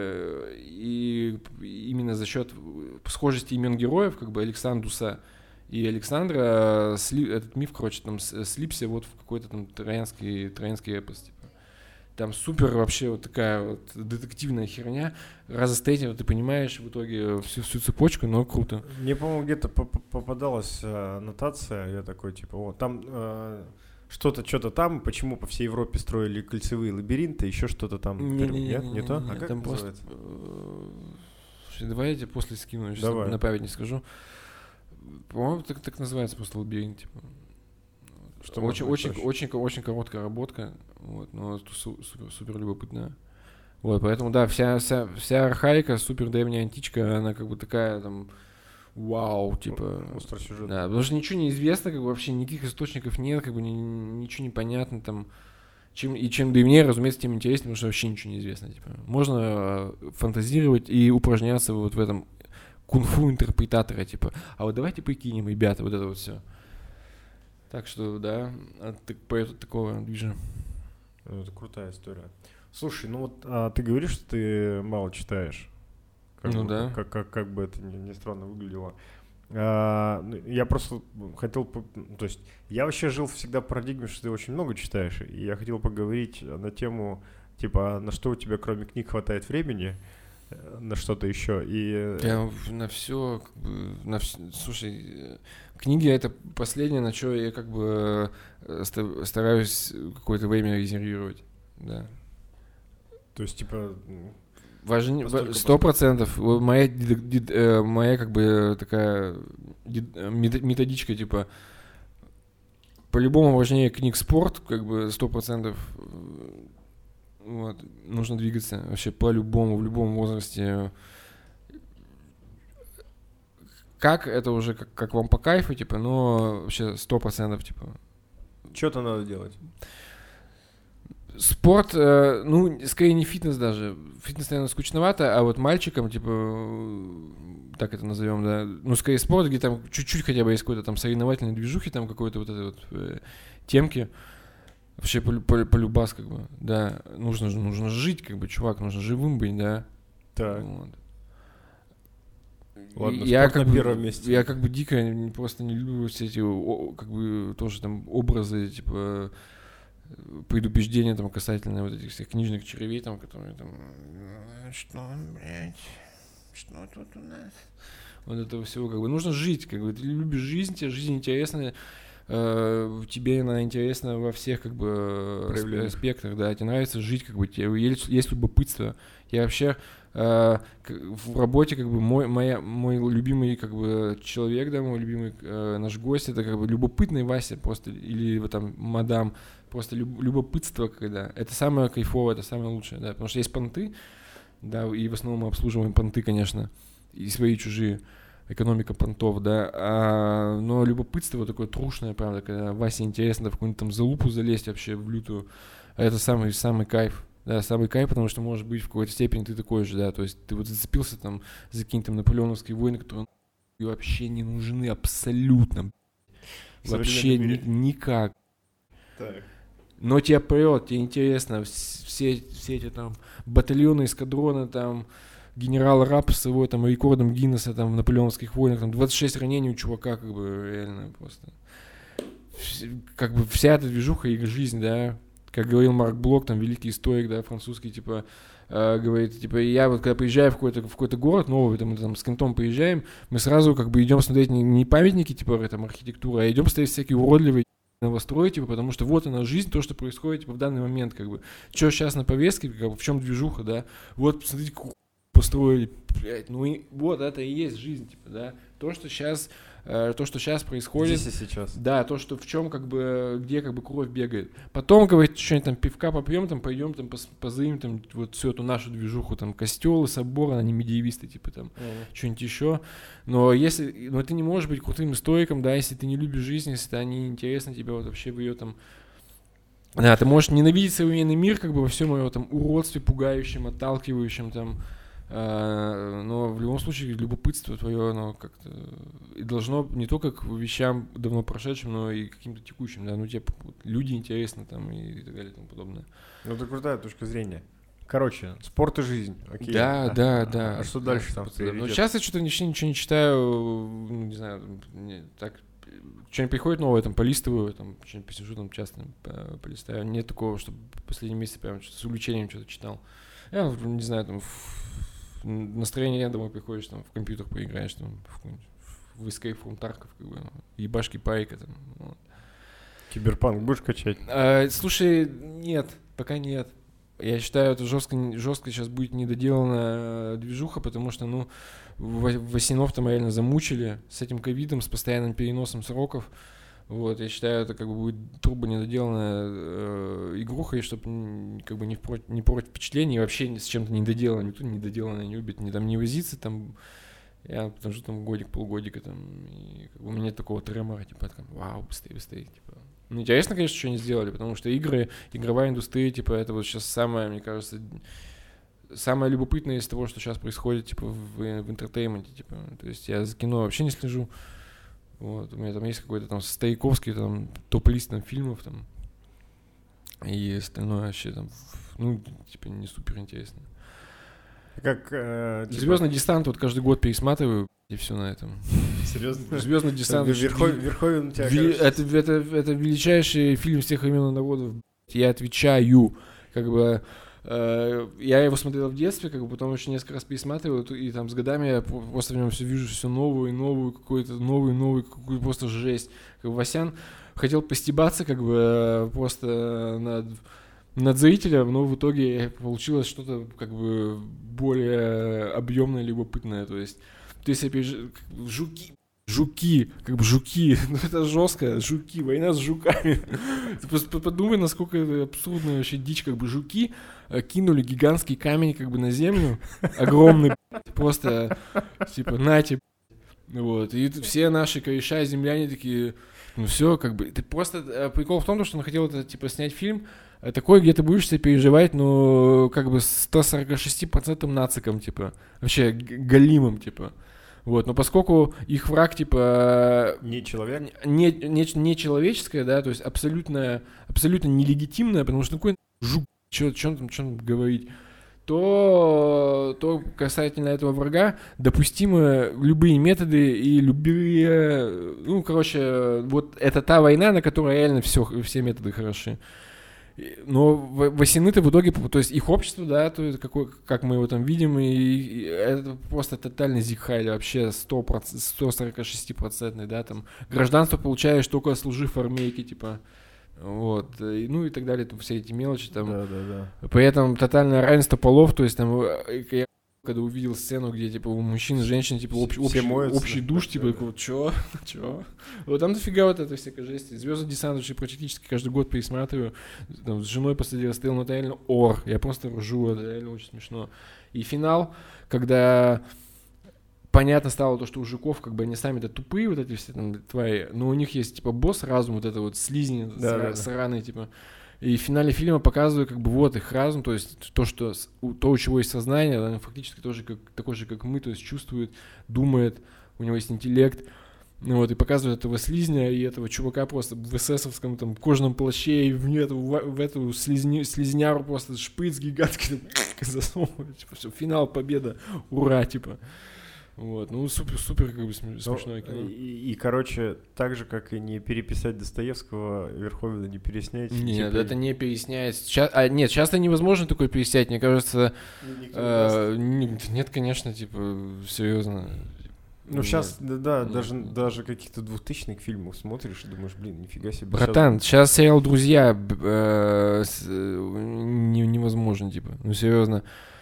И именно за счет схожести имен героев, как бы Александруса и Александра, этот миф, короче, там слипся вот в какой-то там троянский, троянский эпос. Типа. Там супер вообще вот такая вот детективная херня. Раза с третьего ты понимаешь в итоге всю, всю цепочку, но круто. Мне, по-моему, где-то попадалась аннотация, я такой, типа, вот, там э, что-то, что-то там, почему по всей Европе строили кольцевые лабиринты, еще что-то там. Не, не, не, Нет, не, не, не то? Не, а как там называется? Просто, слушай, давай я тебе после скину, сейчас Давай. на память не скажу. По-моему, так, так называется просто лабиринт, типа. Что очень, очень, очень, очень, очень короткая работка, вот, но супер, супер любопытная. Вот, поэтому, да, вся, вся, вся архаика, супер древняя античка, она как бы такая, там, вау, типа. Остросюжетная. Да, потому что ничего не известно, как бы вообще никаких источников нет, как бы ни, ничего не понятно, там. Чем, и чем древнее, разумеется, тем интереснее, потому что вообще ничего не известно, типа. Можно фантазировать и упражняться вот в этом кунг-фу интерпретатора, типа. А вот давайте прикинем, ребята, вот это вот все. Так что, да, от такого движа. Это крутая история. Слушай, ну вот а, ты говоришь, что ты мало читаешь. Как ну бы, да. Как, как, как бы это ни, ни странно выглядело. А, я просто хотел... То есть я вообще жил всегда в парадигме, что ты очень много читаешь. И я хотел поговорить на тему, типа, на что у тебя кроме книг хватает времени, на что-то еще. И... Я на все, как бы, на вс... слушай, книги это последнее, на что я как бы стараюсь какое-то время резервировать, да. То есть, типа... Важнее, сто процентов. Моя, моя как бы такая методичка, типа, по-любому важнее книг спорт, как бы сто процентов. Вот, нужно двигаться вообще по-любому, в любом возрасте. Как, это уже как, как вам по кайфу, типа, но вообще сто процентов, типа. Что-то надо делать. Спорт, э, ну, скорее не фитнес даже. Фитнес, наверное, скучновато, а вот мальчикам, типа, так это назовем, да, ну, скорее спорт, где там чуть-чуть хотя бы есть какой-то там соревновательной движухи, там какой-то вот этой вот э, темки. Вообще полюбас, как бы, да, нужно, нужно жить, как бы, чувак, нужно живым быть, да. Так. Вот. Ладно, я спорт как на бы, первом месте. Я как бы дико просто не люблю все эти, как бы, тоже там образы, типа, предубеждения там касательно вот этих всех книжных червей, там, которые там, что, блядь, что тут у нас? Вот этого всего, как бы, нужно жить, как бы, ты любишь жизнь, тебе жизнь интересная, Uh, тебе она интересна во всех как бы аспектах, да, тебе нравится жить, как бы тебе есть, есть любопытство. Я вообще uh, в работе как бы мой моя мой любимый как бы человек, да, мой любимый uh, наш гость, это как бы любопытный Вася просто или там мадам, просто люб, любопытство, когда это самое кайфовое, это самое лучшее, да, потому что есть понты, да, и в основном мы обслуживаем понты, конечно, и свои, и чужие. Экономика понтов, да, а, но любопытство вот такое трушное, правда, когда Васе интересно в какую-нибудь там залупу залезть вообще в лютую, это самый, самый кайф, да, самый кайф, потому что, может быть, в какой-то степени ты такой же, да, то есть ты вот зацепился там за какие-нибудь там наполеоновские войны, которые вообще не нужны абсолютно, вообще ни, никак. Так. Но тебе прет, тебе интересно, все, все эти там батальоны, эскадроны, там, генерал Рап с его там рекордом Гиннесса там в наполеоновских войнах, там двадцать шесть ранений у чувака, как бы реально просто. Как бы вся эта движуха и жизнь, да, как говорил Марк Блок, там великий историк, да, французский, типа, э, говорит, типа, я вот когда приезжаю в какой-то, в какой-то город новый, там, мы там с кентом приезжаем, мы сразу как бы идем смотреть не, не памятники, типа, там, архитектуры, а идем смотреть всякие уродливые новострой, типа, потому что вот она жизнь, то, что происходит, типа, в данный момент, как бы, что сейчас на повестке, как бы, в чем движуха, да, вот, посмотрите, какую построили, блядь, ну и вот это и есть жизнь, типа, да, то, что сейчас, э, то, что сейчас происходит. Здесь и сейчас. Да, то, что в чем, как бы, где, как бы, кровь бегает. Потом, говорит, что-нибудь там, пивка попьем, там, пойдем, там, позырим, там, вот всю эту нашу движуху, там, костелы, соборы, они медиевисты, типа, там, mm-hmm. что-нибудь еще. Но если, но ты не можешь быть крутым историком, да, если ты не любишь жизнь, если она не интересна тебе, вот, вообще в ее, там, да, ты можешь ненавидеть современный мир, как бы, во всем его, там, уродстве, пугающем, отталкивающем, там, А, но в любом случае любопытство твое, оно как-то и должно не только к вещам давно прошедшим, но и каким-то текущим, да, ну тебе вот, люди интересны там и, и так далее и тому подобное. Ну это крутая точка зрения. Короче, спорт и жизнь. Окей. Да, а, да, а, да. А что дальше там? Ну сейчас я что-то ничего, ничего не читаю, ну, не знаю, не, так что-нибудь приходит новое, там полистываю, там что-нибудь посижу, там часто полистаю. Нет такого, чтобы последние месяцы прям с увлечением что-то читал. Я не знаю, там в настроение нет, домой приходишь, там в компьютер поиграешь, там в, в Escape from Tarkov, как бы, ебашки пайка там. Вот. Киберпанк будешь качать? А, слушай, нет, пока нет. Я считаю, это жестко, жестко сейчас будет недоделанная движуха, потому что, ну, Васинов там реально замучили с этим ковидом, с постоянным переносом сроков. Вот, я считаю, это как бы будет трубо недоделанная э, игруха, и чтобы как бы не, впро- не портить впечатление, и вообще с чем-то недоделанным. Никто недоделанное не любит, не, там, не возиться, там, я подожду там годик, полгодика, там, и как бы у меня нет такого тремора, типа, там, вау, быстрее, быстрее, типа. Ну, интересно, конечно, что они сделали, потому что игры, игровая индустрия, типа, это вот сейчас самое, мне кажется, самое любопытное из того, что сейчас происходит, типа, в, в интертейменте, типа, то есть я за кино вообще не слежу. Вот, у меня там есть какой-то там Стояковский там топ-лист там фильмов там и остальное вообще там, ну, типа, не супер интересно. Как, э, типа... Звездный десант вот каждый год пересматриваю, и все на этом. Серьезно? Звездный десант. Верховен у тебя, это, это, это величайший фильм всех времен и народов. Я отвечаю, как бы. Я его смотрел в детстве, как бы потом еще несколько раз пересматривал, и там с годами я просто в нем все вижу все новую и новую, какой-то новый, новый, какую просто жесть. Как бы Васян хотел постебаться, как бы просто над, над зрителем, но в итоге получилось что-то как бы более объемное, любопытное. То есть, то есть опять же, жуки. Жуки, как бы жуки, ну это жестко, жуки, война с жуками. Ты просто подумай, насколько это абсурдная вообще дичь, как бы жуки кинули гигантский камень как бы на землю, огромный, просто, типа, нате, вот, и все наши кореша, земляне такие, ну все, как бы, ты просто, прикол в том, что он хотел это, типа, снять фильм, такой, где ты будешь себя переживать, ну, как бы, сто сорок шесть процентов нациком, типа, вообще галимом, типа. Вот, но поскольку их враг, типа... Не человек? Не, не, не человеческое, да, то есть абсолютно, абсолютно нелегитимное, потому что такой жук, что он там, что говорить, то, то касательно этого врага допустимы любые методы и любые... Ну, короче, вот это та война, на которой реально все, все методы хороши. Но Васины-то в итоге, то есть их общество, да, то есть какой, как мы его там видим, и, и это просто тотальный зигхайль, вообще сто сорок шесть процентов, да, там гражданство получаешь только служив в армейке, типа, вот, и, ну и так далее, там все эти мелочи, там, да, да, да. При этом тотальное равенство полов, то есть там, я когда увидел сцену, где, типа, у мужчин и женщин, типа, общ, общий, моются, общий душ, да, типа, да. Такой, чё? Чё? Вот там дофига вот это всякая жесть. Звездный десант вообще практически каждый год пересматриваю. Там, с женой посадил, стоял, но это реально ор. Я просто ржу, это реально очень смешно. И финал, когда понятно стало то, что у жуков, как бы, они сами-то тупые, вот эти все там твари, но у них есть, типа, босс разум, вот это вот слизни, да, сра- да, сраные, типа. И в финале фильма показывают, как бы, вот их разум, то есть то, что, то, у чего есть сознание, оно фактически тоже как, такой же, как мы, то есть чувствует, думает, у него есть интеллект, ну вот, и показывают этого слизня и этого чувака просто в эсэсовском там кожаном плаще, и в, эту, в, в эту слизни, слизняру просто шприц гигантский засовывают, типа, все, финал, победа, ура, типа. Вот, ну супер, супер, как бы смешное кино. И, и, короче, так же, как и не переписать Достоевского, Верховина не переснять. Нет, типа... это не переснять. Сейчас, а, нет, часто невозможно такое переснять, мне кажется. Э, нет, нет, конечно, типа, серьезно. Ну, сейчас, да, да нет, даже, нет. даже каких-то двухтысячных фильмов смотришь и думаешь, блин, нифига себе. Братан, сейчас, сейчас сериал «Друзья» э, с, не, невозможно, типа, ну, серьезно.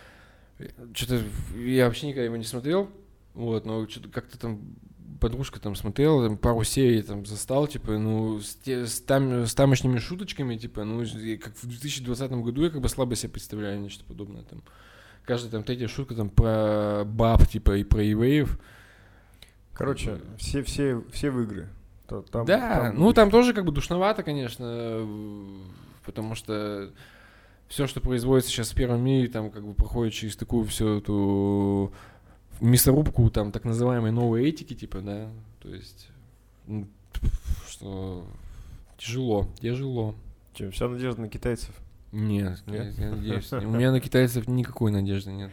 Что-то я вообще никогда его не смотрел. Вот, но что-то как-то там подружка там смотрела, там пару серий там застал, типа, ну, с, те, с, там, с тамошними шуточками, типа, ну, как в две тысячи двадцатом году я как бы слабо себе представляю нечто подобное, там. Каждая там третья шутка там про баб, типа, и про евреев. Короче, как бы... все, все, все в игры. Там, да, там ну, там тоже как бы душновато, конечно, потому что... все, что производится сейчас в первом мире, там как бы проходит через такую всю эту мясорубку, там так называемой новой этики, типа, да, то есть, ну, что тяжело, тяжело. Че, вся надежда на китайцев? Нет, нет? Я, я надеюсь. У меня на китайцев никакой надежды нет.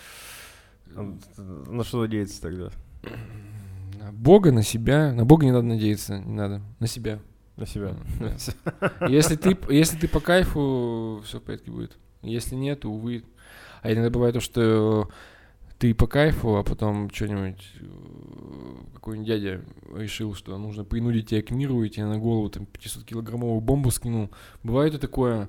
А на что надеяться тогда? На Бога, на себя. На Бога не надо надеяться, не надо. На себя. На себя. Да. Если ты, если ты по кайфу, все в порядке будет. Если нет, увы. А иногда бывает то, что ты по кайфу, а потом что-нибудь, какой-нибудь дядя решил, что нужно принудить тебя к миру, и тебе на голову там пятисоткилограммовую бомбу скинул. Бывает и такое.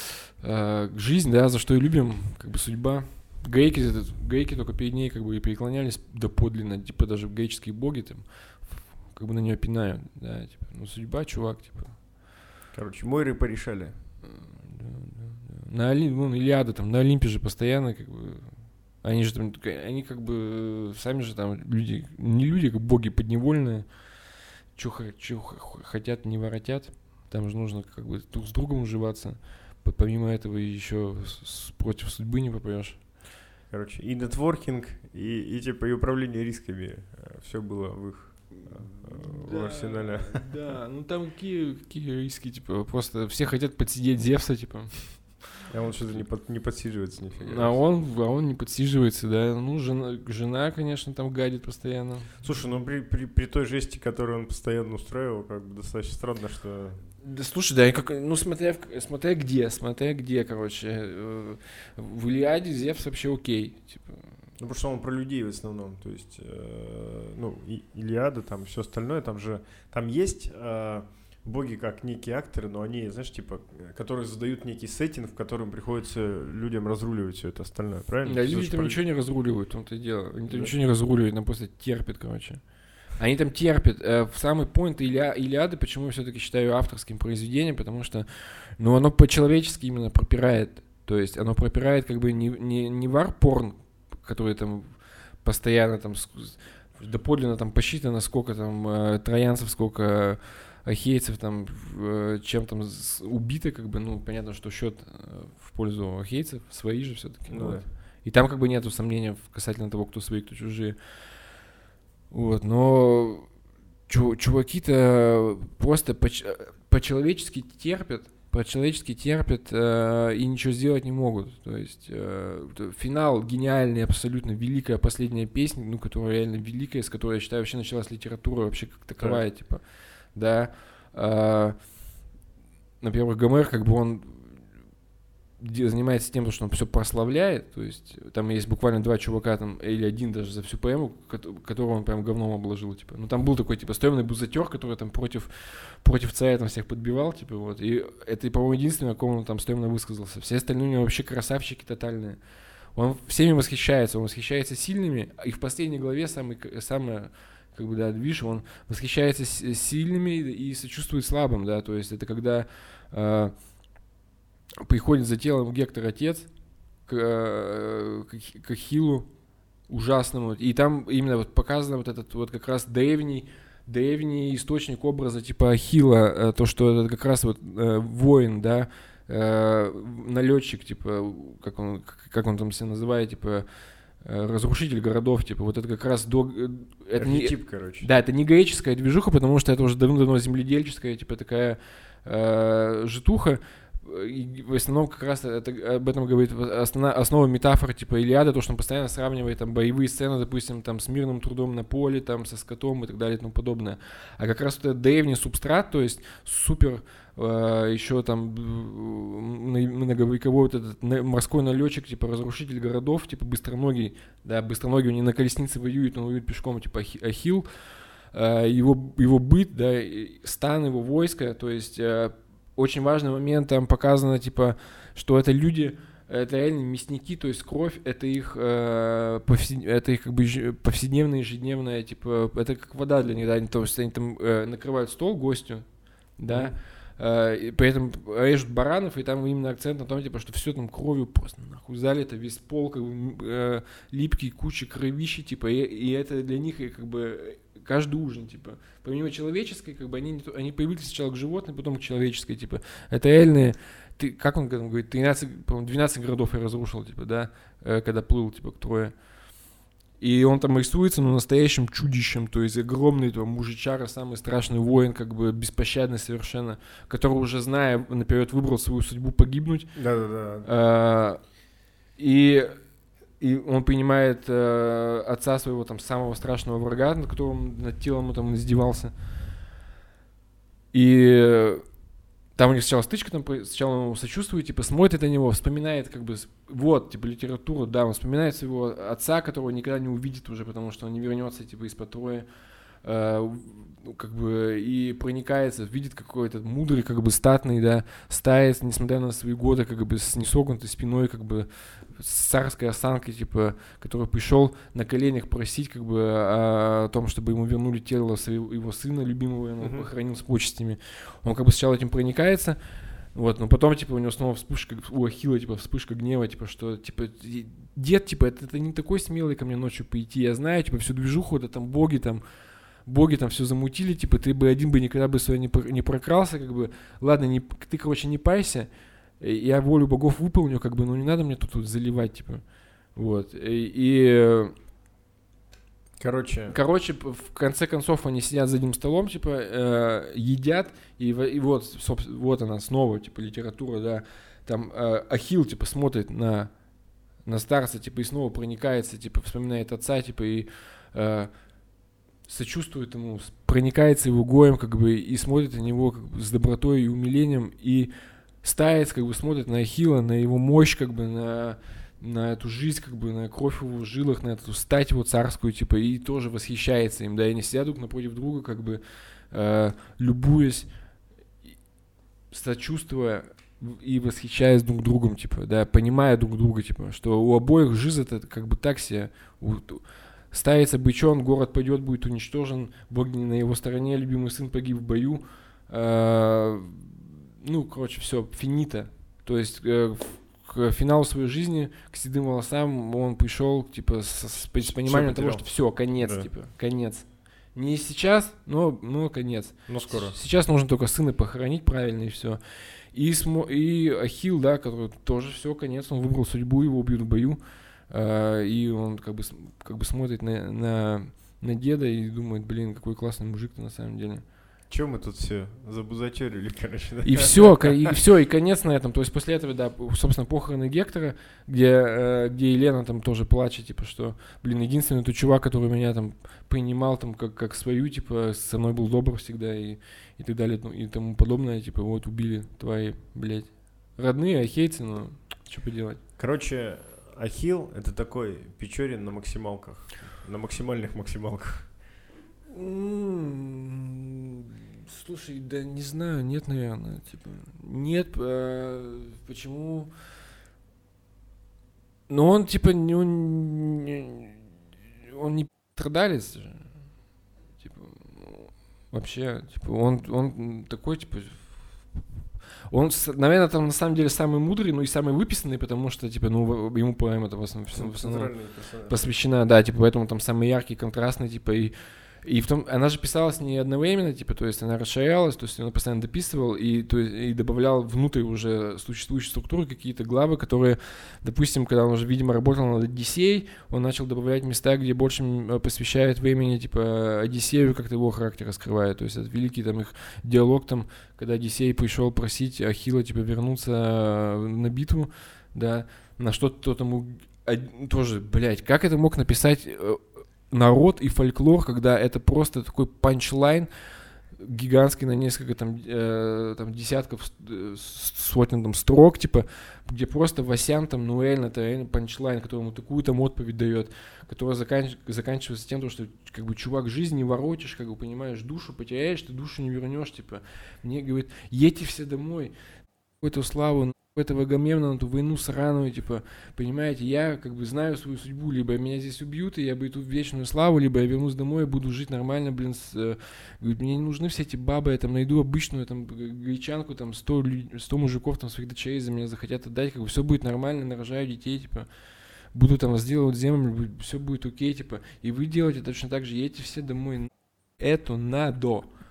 Э, жизнь, да, за что и любим, как бы судьба. Грейки, этот, грейки только перед ней как бы и преклонялись доподлинно, типа даже греческие боги там, как бы на нее пинают, да, типа, ну судьба, чувак, типа. Короче, Мойры порешали. Да, да, да. На Олимпе, ну, Илиада там, на Олимпе же постоянно, как бы, они же там, они как бы, сами же там люди, не люди, как боги подневольные, что хотят, не воротят, там же нужно как бы друг с другом уживаться, помимо этого еще с, против судьбы не попрешь. Короче, и нетворкинг, и, и типа и управление рисками, все было в их да, в арсенале. Да, ну там какие, какие риски, типа, просто все хотят подсидеть Зевса, типа. А он что-то не, под, не подсиживается нифига. А он, а он не подсиживается, да. Ну, жена, жена, конечно, там гадит постоянно. Слушай, ну при, при, при той жести, которую он постоянно устраивал, как бы достаточно странно, что... Да слушай, да, как, ну смотря, смотря где, смотря где, короче. В Илиаде Зевс вообще окей, типа. Ну, потому что он про людей в основном, то есть, э, ну, и, Илиада, там, все остальное, там же, там есть э, боги как некие акторы, но они, знаешь, типа, которые задают некий сеттинг, в котором приходится людям разруливать все это остальное, правильно? Да, люди там про... ничего не разруливают, в том-то и дело, они там да. ничего не разруливают, там просто терпят, короче. Они там терпят. В самый поинт Илиа, Илиады, почему я все-таки считаю авторским произведением, потому что, ну, оно по-человечески именно пропирает, то есть оно пропирает как бы не, не, не вар-порн, который там постоянно там доподлинно там посчитано, сколько там э, троянцев, сколько ахейцев там э, чем там убито, как бы, ну, понятно, что счет э, в пользу ахейцев, свои же все-таки. Ну, вот. Да. И там как бы нету сомнения касательно того, кто свои, кто чужие. Вот, но чуваки-то просто по- по-человечески терпят, по-человечески терпят э, и ничего сделать не могут. То есть э, финал гениальный, абсолютно великая последняя песня, ну, которая реально великая, с которой, я считаю, вообще началась литература вообще как таковая, да. типа, да. Э, например, Гомер, как бы он занимается тем, что он все прославляет, то есть там есть буквально два чувака, там, или один даже за всю поэму, которого он прям говном обложил, типа. Ну там был такой, типа, стрёмный бузатер, который там против, против царя там всех подбивал, типа, вот, и это, по-моему, единственное, о ком он там стрёмно высказался. Все остальные у него вообще красавчики тотальные. Он всеми восхищается, он восхищается сильными, и в последней главе самый, самое, как бы, да, движ, он восхищается сильными и сочувствует слабым, да, то есть это когда... Э, приходит за телом Гектор отец к, к, к Ахиллу ужасному, и там именно вот показано вот этот вот как раз древний, древний источник образа типа Ахилла, то, что это как раз вот э, воин, да, э, налетчик, типа, как он, как он там себя называет, типа, э, разрушитель городов, типа, вот это как раз до... Это архетип, не, короче. Да, это не греческая движуха, потому что это уже давно-давно земледельческая, типа, такая э, житуха. И в основном как раз это, об этом говорит основа, основа метафоры типа Илиада, то, что он постоянно сравнивает там боевые сцены, допустим, там с мирным трудом на поле, там со скотом и так далее и тому подобное. А как раз вот этот древний субстрат, то есть супер э, еще там многовековой вот этот морской налетчик, типа разрушитель городов, типа быстроногий, да, быстроногий, он не на колеснице воюет, он воюет пешком, типа Ахилл, э, его, его быт, да, стан его войска, то есть э, очень важный момент, там показано, типа, что это люди, это реально мясники, то есть кровь, это их, э, повсед... это их как бы повседневная, ежедневная, типа, это как вода для них, да, то есть они там э, накрывают стол гостю, да, э, и при этом режут баранов, и там именно акцент на том, типа, что все там кровью просто нахуй залито, весь пол, как бы, э, липкий, куча кровищи, типа, и, и это для них, как бы, каждый ужин, типа, помимо человеческой, как бы они, они привыкли сначала к животной, потом к человеческой, типа, это реальные ты, как он говорит, тринадцать, по-моему, двенадцать городов я разрушил, типа, да, когда плыл, типа, к Трое. И он там рисуется, ну, настоящим чудищем, то есть огромный там мужичара, самый страшный воин, как бы беспощадный совершенно, который уже, зная наперед, выбрал свою судьбу погибнуть. Да-да-да. А, и, и он принимает а, отца своего там самого страшного врага, над которым, над телом там издевался. И там у них сначала стычка, там сначала он ему сочувствует, типа, смотрит на него, вспоминает, как бы, вот, типа, литературу, да, он вспоминает своего отца, которого никогда не увидит уже, потому что он не вернется, типа, из-под Трои, э, как бы, и проникается, видит какой-то мудрый, как бы, статный, да, старец, несмотря на свои годы, как бы, с несогнутой спиной, как бы, с царской осанкой, типа, который пришел на коленях просить, как бы, о, о том, чтобы ему вернули тело своего, его сына любимого, он uh-huh. похоронил с почестями. Он, как бы, сначала этим проникается, вот, но потом, типа, у него снова вспышка, у Ахилла, типа, вспышка гнева, типа, что, типа, дед, типа, это, это не такой смелый ко мне ночью пойти, я знаю, типа, всю движуху, да, там, боги, там, боги там все замутили, типа, ты бы один бы никогда бы сюда не, не прокрался, как бы, ладно, не, ты, короче, не пайся, я волю богов выполню, как бы, ну не надо мне тут, тут заливать, типа, вот, и, и короче, короче, в конце концов они сидят за одним столом, типа, э, едят, и, и вот, собственно, вот она снова, типа, литература, да, там э, Ахилл, типа, смотрит на, на старца, типа, и снова проникается, типа, вспоминает отца, типа, и э, сочувствует ему, проникается его гоем, как бы, и смотрит на него, как бы, с добротой и умилением, и старец, как бы, смотрит на Ахилла, на его мощь, как бы, на, на эту жизнь, как бы, на кровь в его жилах, на эту стать его царскую, типа, и тоже восхищается им, да, и они сидят друг напротив друга, как бы, э, любуясь, сочувствуя и восхищаясь друг другом, типа, да, понимая друг друга, типа, что у обоих жизнь это, как бы, так себе, у, старец обречен, город пойдет, будет уничтожен, боги не на его стороне, любимый сын погиб в бою, э, ну, короче, все, финита. То есть э, к финалу своей жизни, к седым волосам он пришел, типа, с, с, с пониманием того, что все, конец, да. типа, конец. Не сейчас, но, но конец. Но скоро. Сейчас нужно только сына похоронить правильно, и все. И, смо- и Ахилл, да, который тоже все, конец, он выбрал судьбу, его убьют в бою. Э, и он как бы, как бы смотрит на, на, на деда и думает, блин, какой классный мужик-то на самом деле. Чем мы тут все забузатерили, короче, да? И все, и все, и конец на этом. То есть после этого, да, собственно, похороны Гектора, где, э, где Елена там тоже плачет, типа, что, блин, единственный тот чувак, который меня там принимал там как, как свою, типа, со мной был добр всегда и, и так далее, ну, и тому подобное, типа, вот убили твои, блядь, родные ахейцы, но что поделать. Короче, Ахилл — это такой Печорин на максималках, на максимальных максималках. Слушай, да не знаю, нет, наверное, типа, нет, э, почему? Но он, типа, не, он не, он не страдалец же, типа, вообще, типа, он, он такой, типа, он, наверное, там на самом деле самый мудрый, ну и самый выписанный, потому что, типа, ну, ему поэма в основном, в основном посвящена, да, типа, поэтому там самый яркий, контрастный, типа, и И в том, она же писалась не одновременно, типа, то есть она расширялась, то есть она постоянно дописывал и, то есть, и добавлял внутрь уже существующие структуры какие-то главы, которые, допустим, когда он уже, видимо, работал над Одиссеей, он начал добавлять места, где больше посвящает времени, типа, Одиссею, как-то его характер раскрывает, то есть это великий там их диалог, там, когда Одиссей пришел просить Ахилла, типа, вернуться на битву, да, на что тот ему тоже, блядь, как это мог написать народ и фольклор, когда это просто такой панчлайн гигантский на несколько там, э, там десятков, э, сотен там строк, типа, где просто Васян там, ну реально, это реально панчлайн, который ему такую там отповедь дает, которая заканч- заканчивается тем, что, как бы, чувак, жизнь не воротишь, как бы, понимаешь, душу потеряешь, ты душу не вернешь, типа, мне говорит, едьте все домой, какую-то славу, этого Агамемнона, на ту войну сраную, типа, понимаете, я, как бы, знаю свою судьбу, либо меня здесь убьют, и я обрету вечную славу, либо я вернусь домой и буду жить нормально, блин, с, э, говорит, мне не нужны все эти бабы, я там найду обычную, там, гречанку, там, сто, сто мужиков, там, своих дочерей за меня захотят отдать, как бы, все будет нормально, нарожаю детей, типа, буду там возделывать землю, все будет окей, типа, и вы делаете точно так же, едете все домой, это надо.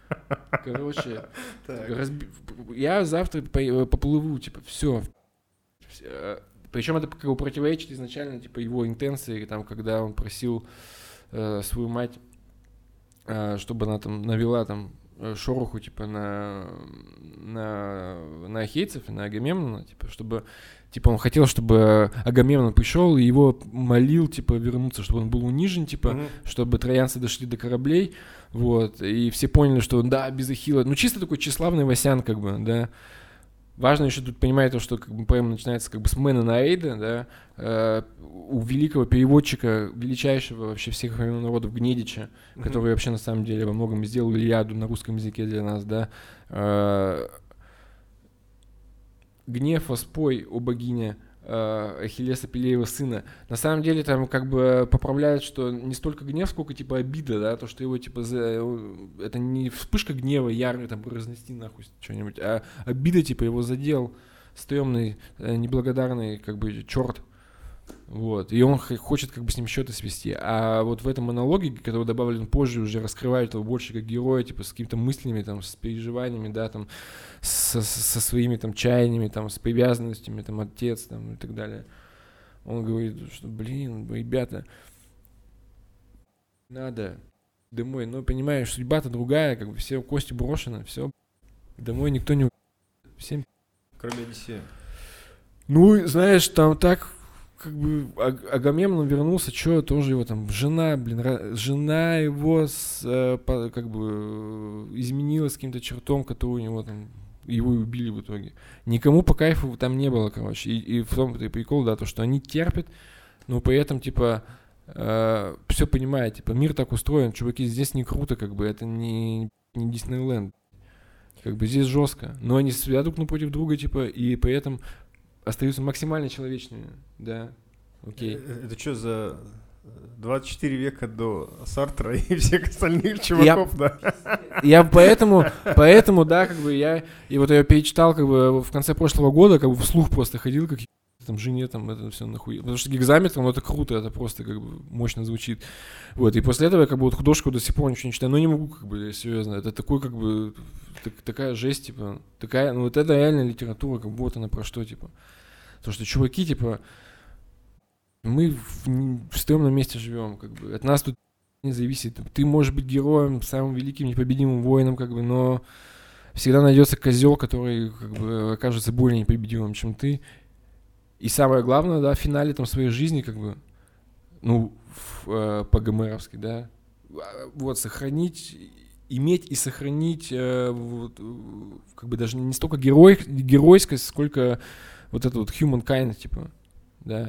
Короче, разби... я завтра поплыву, типа, все. Причем это как бы противоречит изначально, типа, его интенции, там, когда он просил э, свою мать, э, чтобы она там навела там шороху, типа, на, на, на ахейцев и на Агамемнона, типа, чтобы, типа, он хотел, чтобы Агамемнон пришел и его молил, типа, вернуться, чтобы он был унижен, типа, mm-hmm. чтобы троянцы дошли до кораблей, вот, и все поняли, что, да, без Ахилла, ну, чисто такой тщеславный Васян, как бы, да. Важно еще тут понимать то, что как бы поэма начинается как бы с Мена на Эйда, да, э, у великого переводчика, величайшего вообще всех времен народов Гнедича, mm-hmm. который вообще на самом деле во многом сделал Илиаду на русском языке для нас, да. Э, гнев воспой, о богине, э, Ахиллеса Пелеева сына. На самом деле там как бы поправляют, что не столько гнев, сколько типа обида, да, то, что его типа за... это не вспышка гнева яркая, там, разнести нахуй что-нибудь, а обида типа его задел, стрёмный, неблагодарный как бы черт. Вот, и он хочет как бы с ним счеты свести. А вот в этом монологе, который добавлен позже, уже раскрывает его больше как героя, типа с какими-то мыслями, там, с переживаниями, да, там, со, со своими там чаяниями, там, с привязанностями, там, отец, там, и так далее. Он говорит, что, блин, ребята, надо домой. Но понимаешь, судьба-то другая, как бы все кости брошены, все, домой никто не... Всем... Кроме Одиссея. Ну, знаешь, там так... Как бы Агамемнон вернулся, что тоже его там жена, блин, жена его с, по, как бы изменилась каким-то чертом, который у него там, его и убили в итоге. Никому по кайфу там не было, короче. И, и в том-то и прикол, да, то, что они терпят, но при этом, типа, э, все понимают, типа, мир так устроен, чуваки, здесь не круто, как бы, это не, не Диснейленд. Как бы здесь жестко. Но они стоят друг напротив друга, типа, и при этом остаются максимально человечными, да, окей. Это, это что за двадцать четыре века до Сартра и всех остальных чуваков, я, да? Я поэтому, поэтому, да, как бы я, и вот я перечитал, как бы, в конце прошлого года, как бы вслух просто ходил, как там жене, там, это все нахуй. Потому что гигзаметр, ну, это круто, это просто, как бы, мощно звучит. Вот, и после этого я, как бы, вот художку до сих пор ничего не читаю, но не могу, как бы, серьезно, это такой, как бы, так, такая жесть, типа, такая, ну, вот это реальная литература, как бы, вот она про что, типа. Потому что чуваки, типа, мы в, в стрёмном месте живем, как бы, от нас тут не зависит. Ты можешь быть героем, самым великим, непобедимым воином, как бы, но всегда найдется козел, который, как бы, окажется более непобедимым, чем ты. И самое главное, да, в финале там своей жизни, как бы, ну, в, э, по-гомеровски, да, вот, сохранить, иметь и сохранить, э, вот, как бы, даже не столько герой, геройскость, сколько вот это вот humankind, типа, да.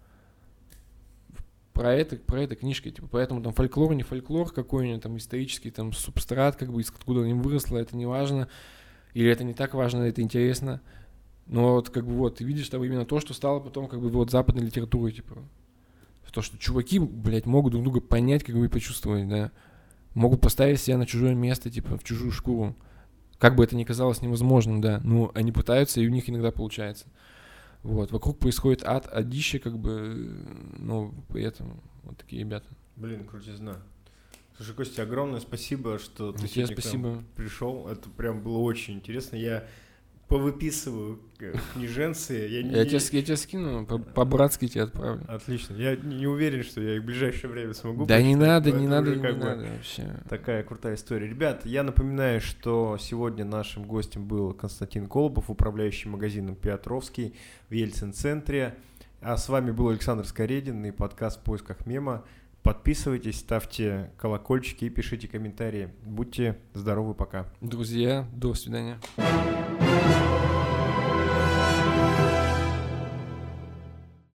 Про это, про это книжка, типа, поэтому там фольклор, не фольклор какой-нибудь, там, исторический, там, субстрат, как бы, из откуда он выросло, это не важно, или это не так важно, это интересно. Но вот, как бы, вот, ты видишь там именно то, что стало потом, как бы, вот, западной литературой, типа. То, что чуваки, блядь, могут друг друга понять, как бы, и почувствовать, да. Могут поставить себя на чужое место, типа, в чужую шкуру. Как бы это ни казалось невозможным, да. Но они пытаются, и у них иногда получается. Вот, вокруг происходит ад, адище, как бы, ну, при этом вот такие ребята. Блин, крутизна. Слушай, Костя, огромное спасибо, что ты тебе сегодня спасибо. К нам пришел. Это прям было очень интересно. Я повыписываю книженцы. Я, не... я, тебе, я тебе скину, по-братски тебе отправлю. Отлично. Я не уверен, что я их в ближайшее время смогу. Да не надо, не надо, не надо вообще. Такая крутая история. Ребят, я напоминаю, что сегодня нашим гостем был Константин Колобов, управляющий магазином Петровский в Ельцин-центре. А с вами был Александр Скоредин и подкаст «В поисках мема». Подписывайтесь, ставьте колокольчики и пишите комментарии. Будьте здоровы, пока. Друзья, до свидания.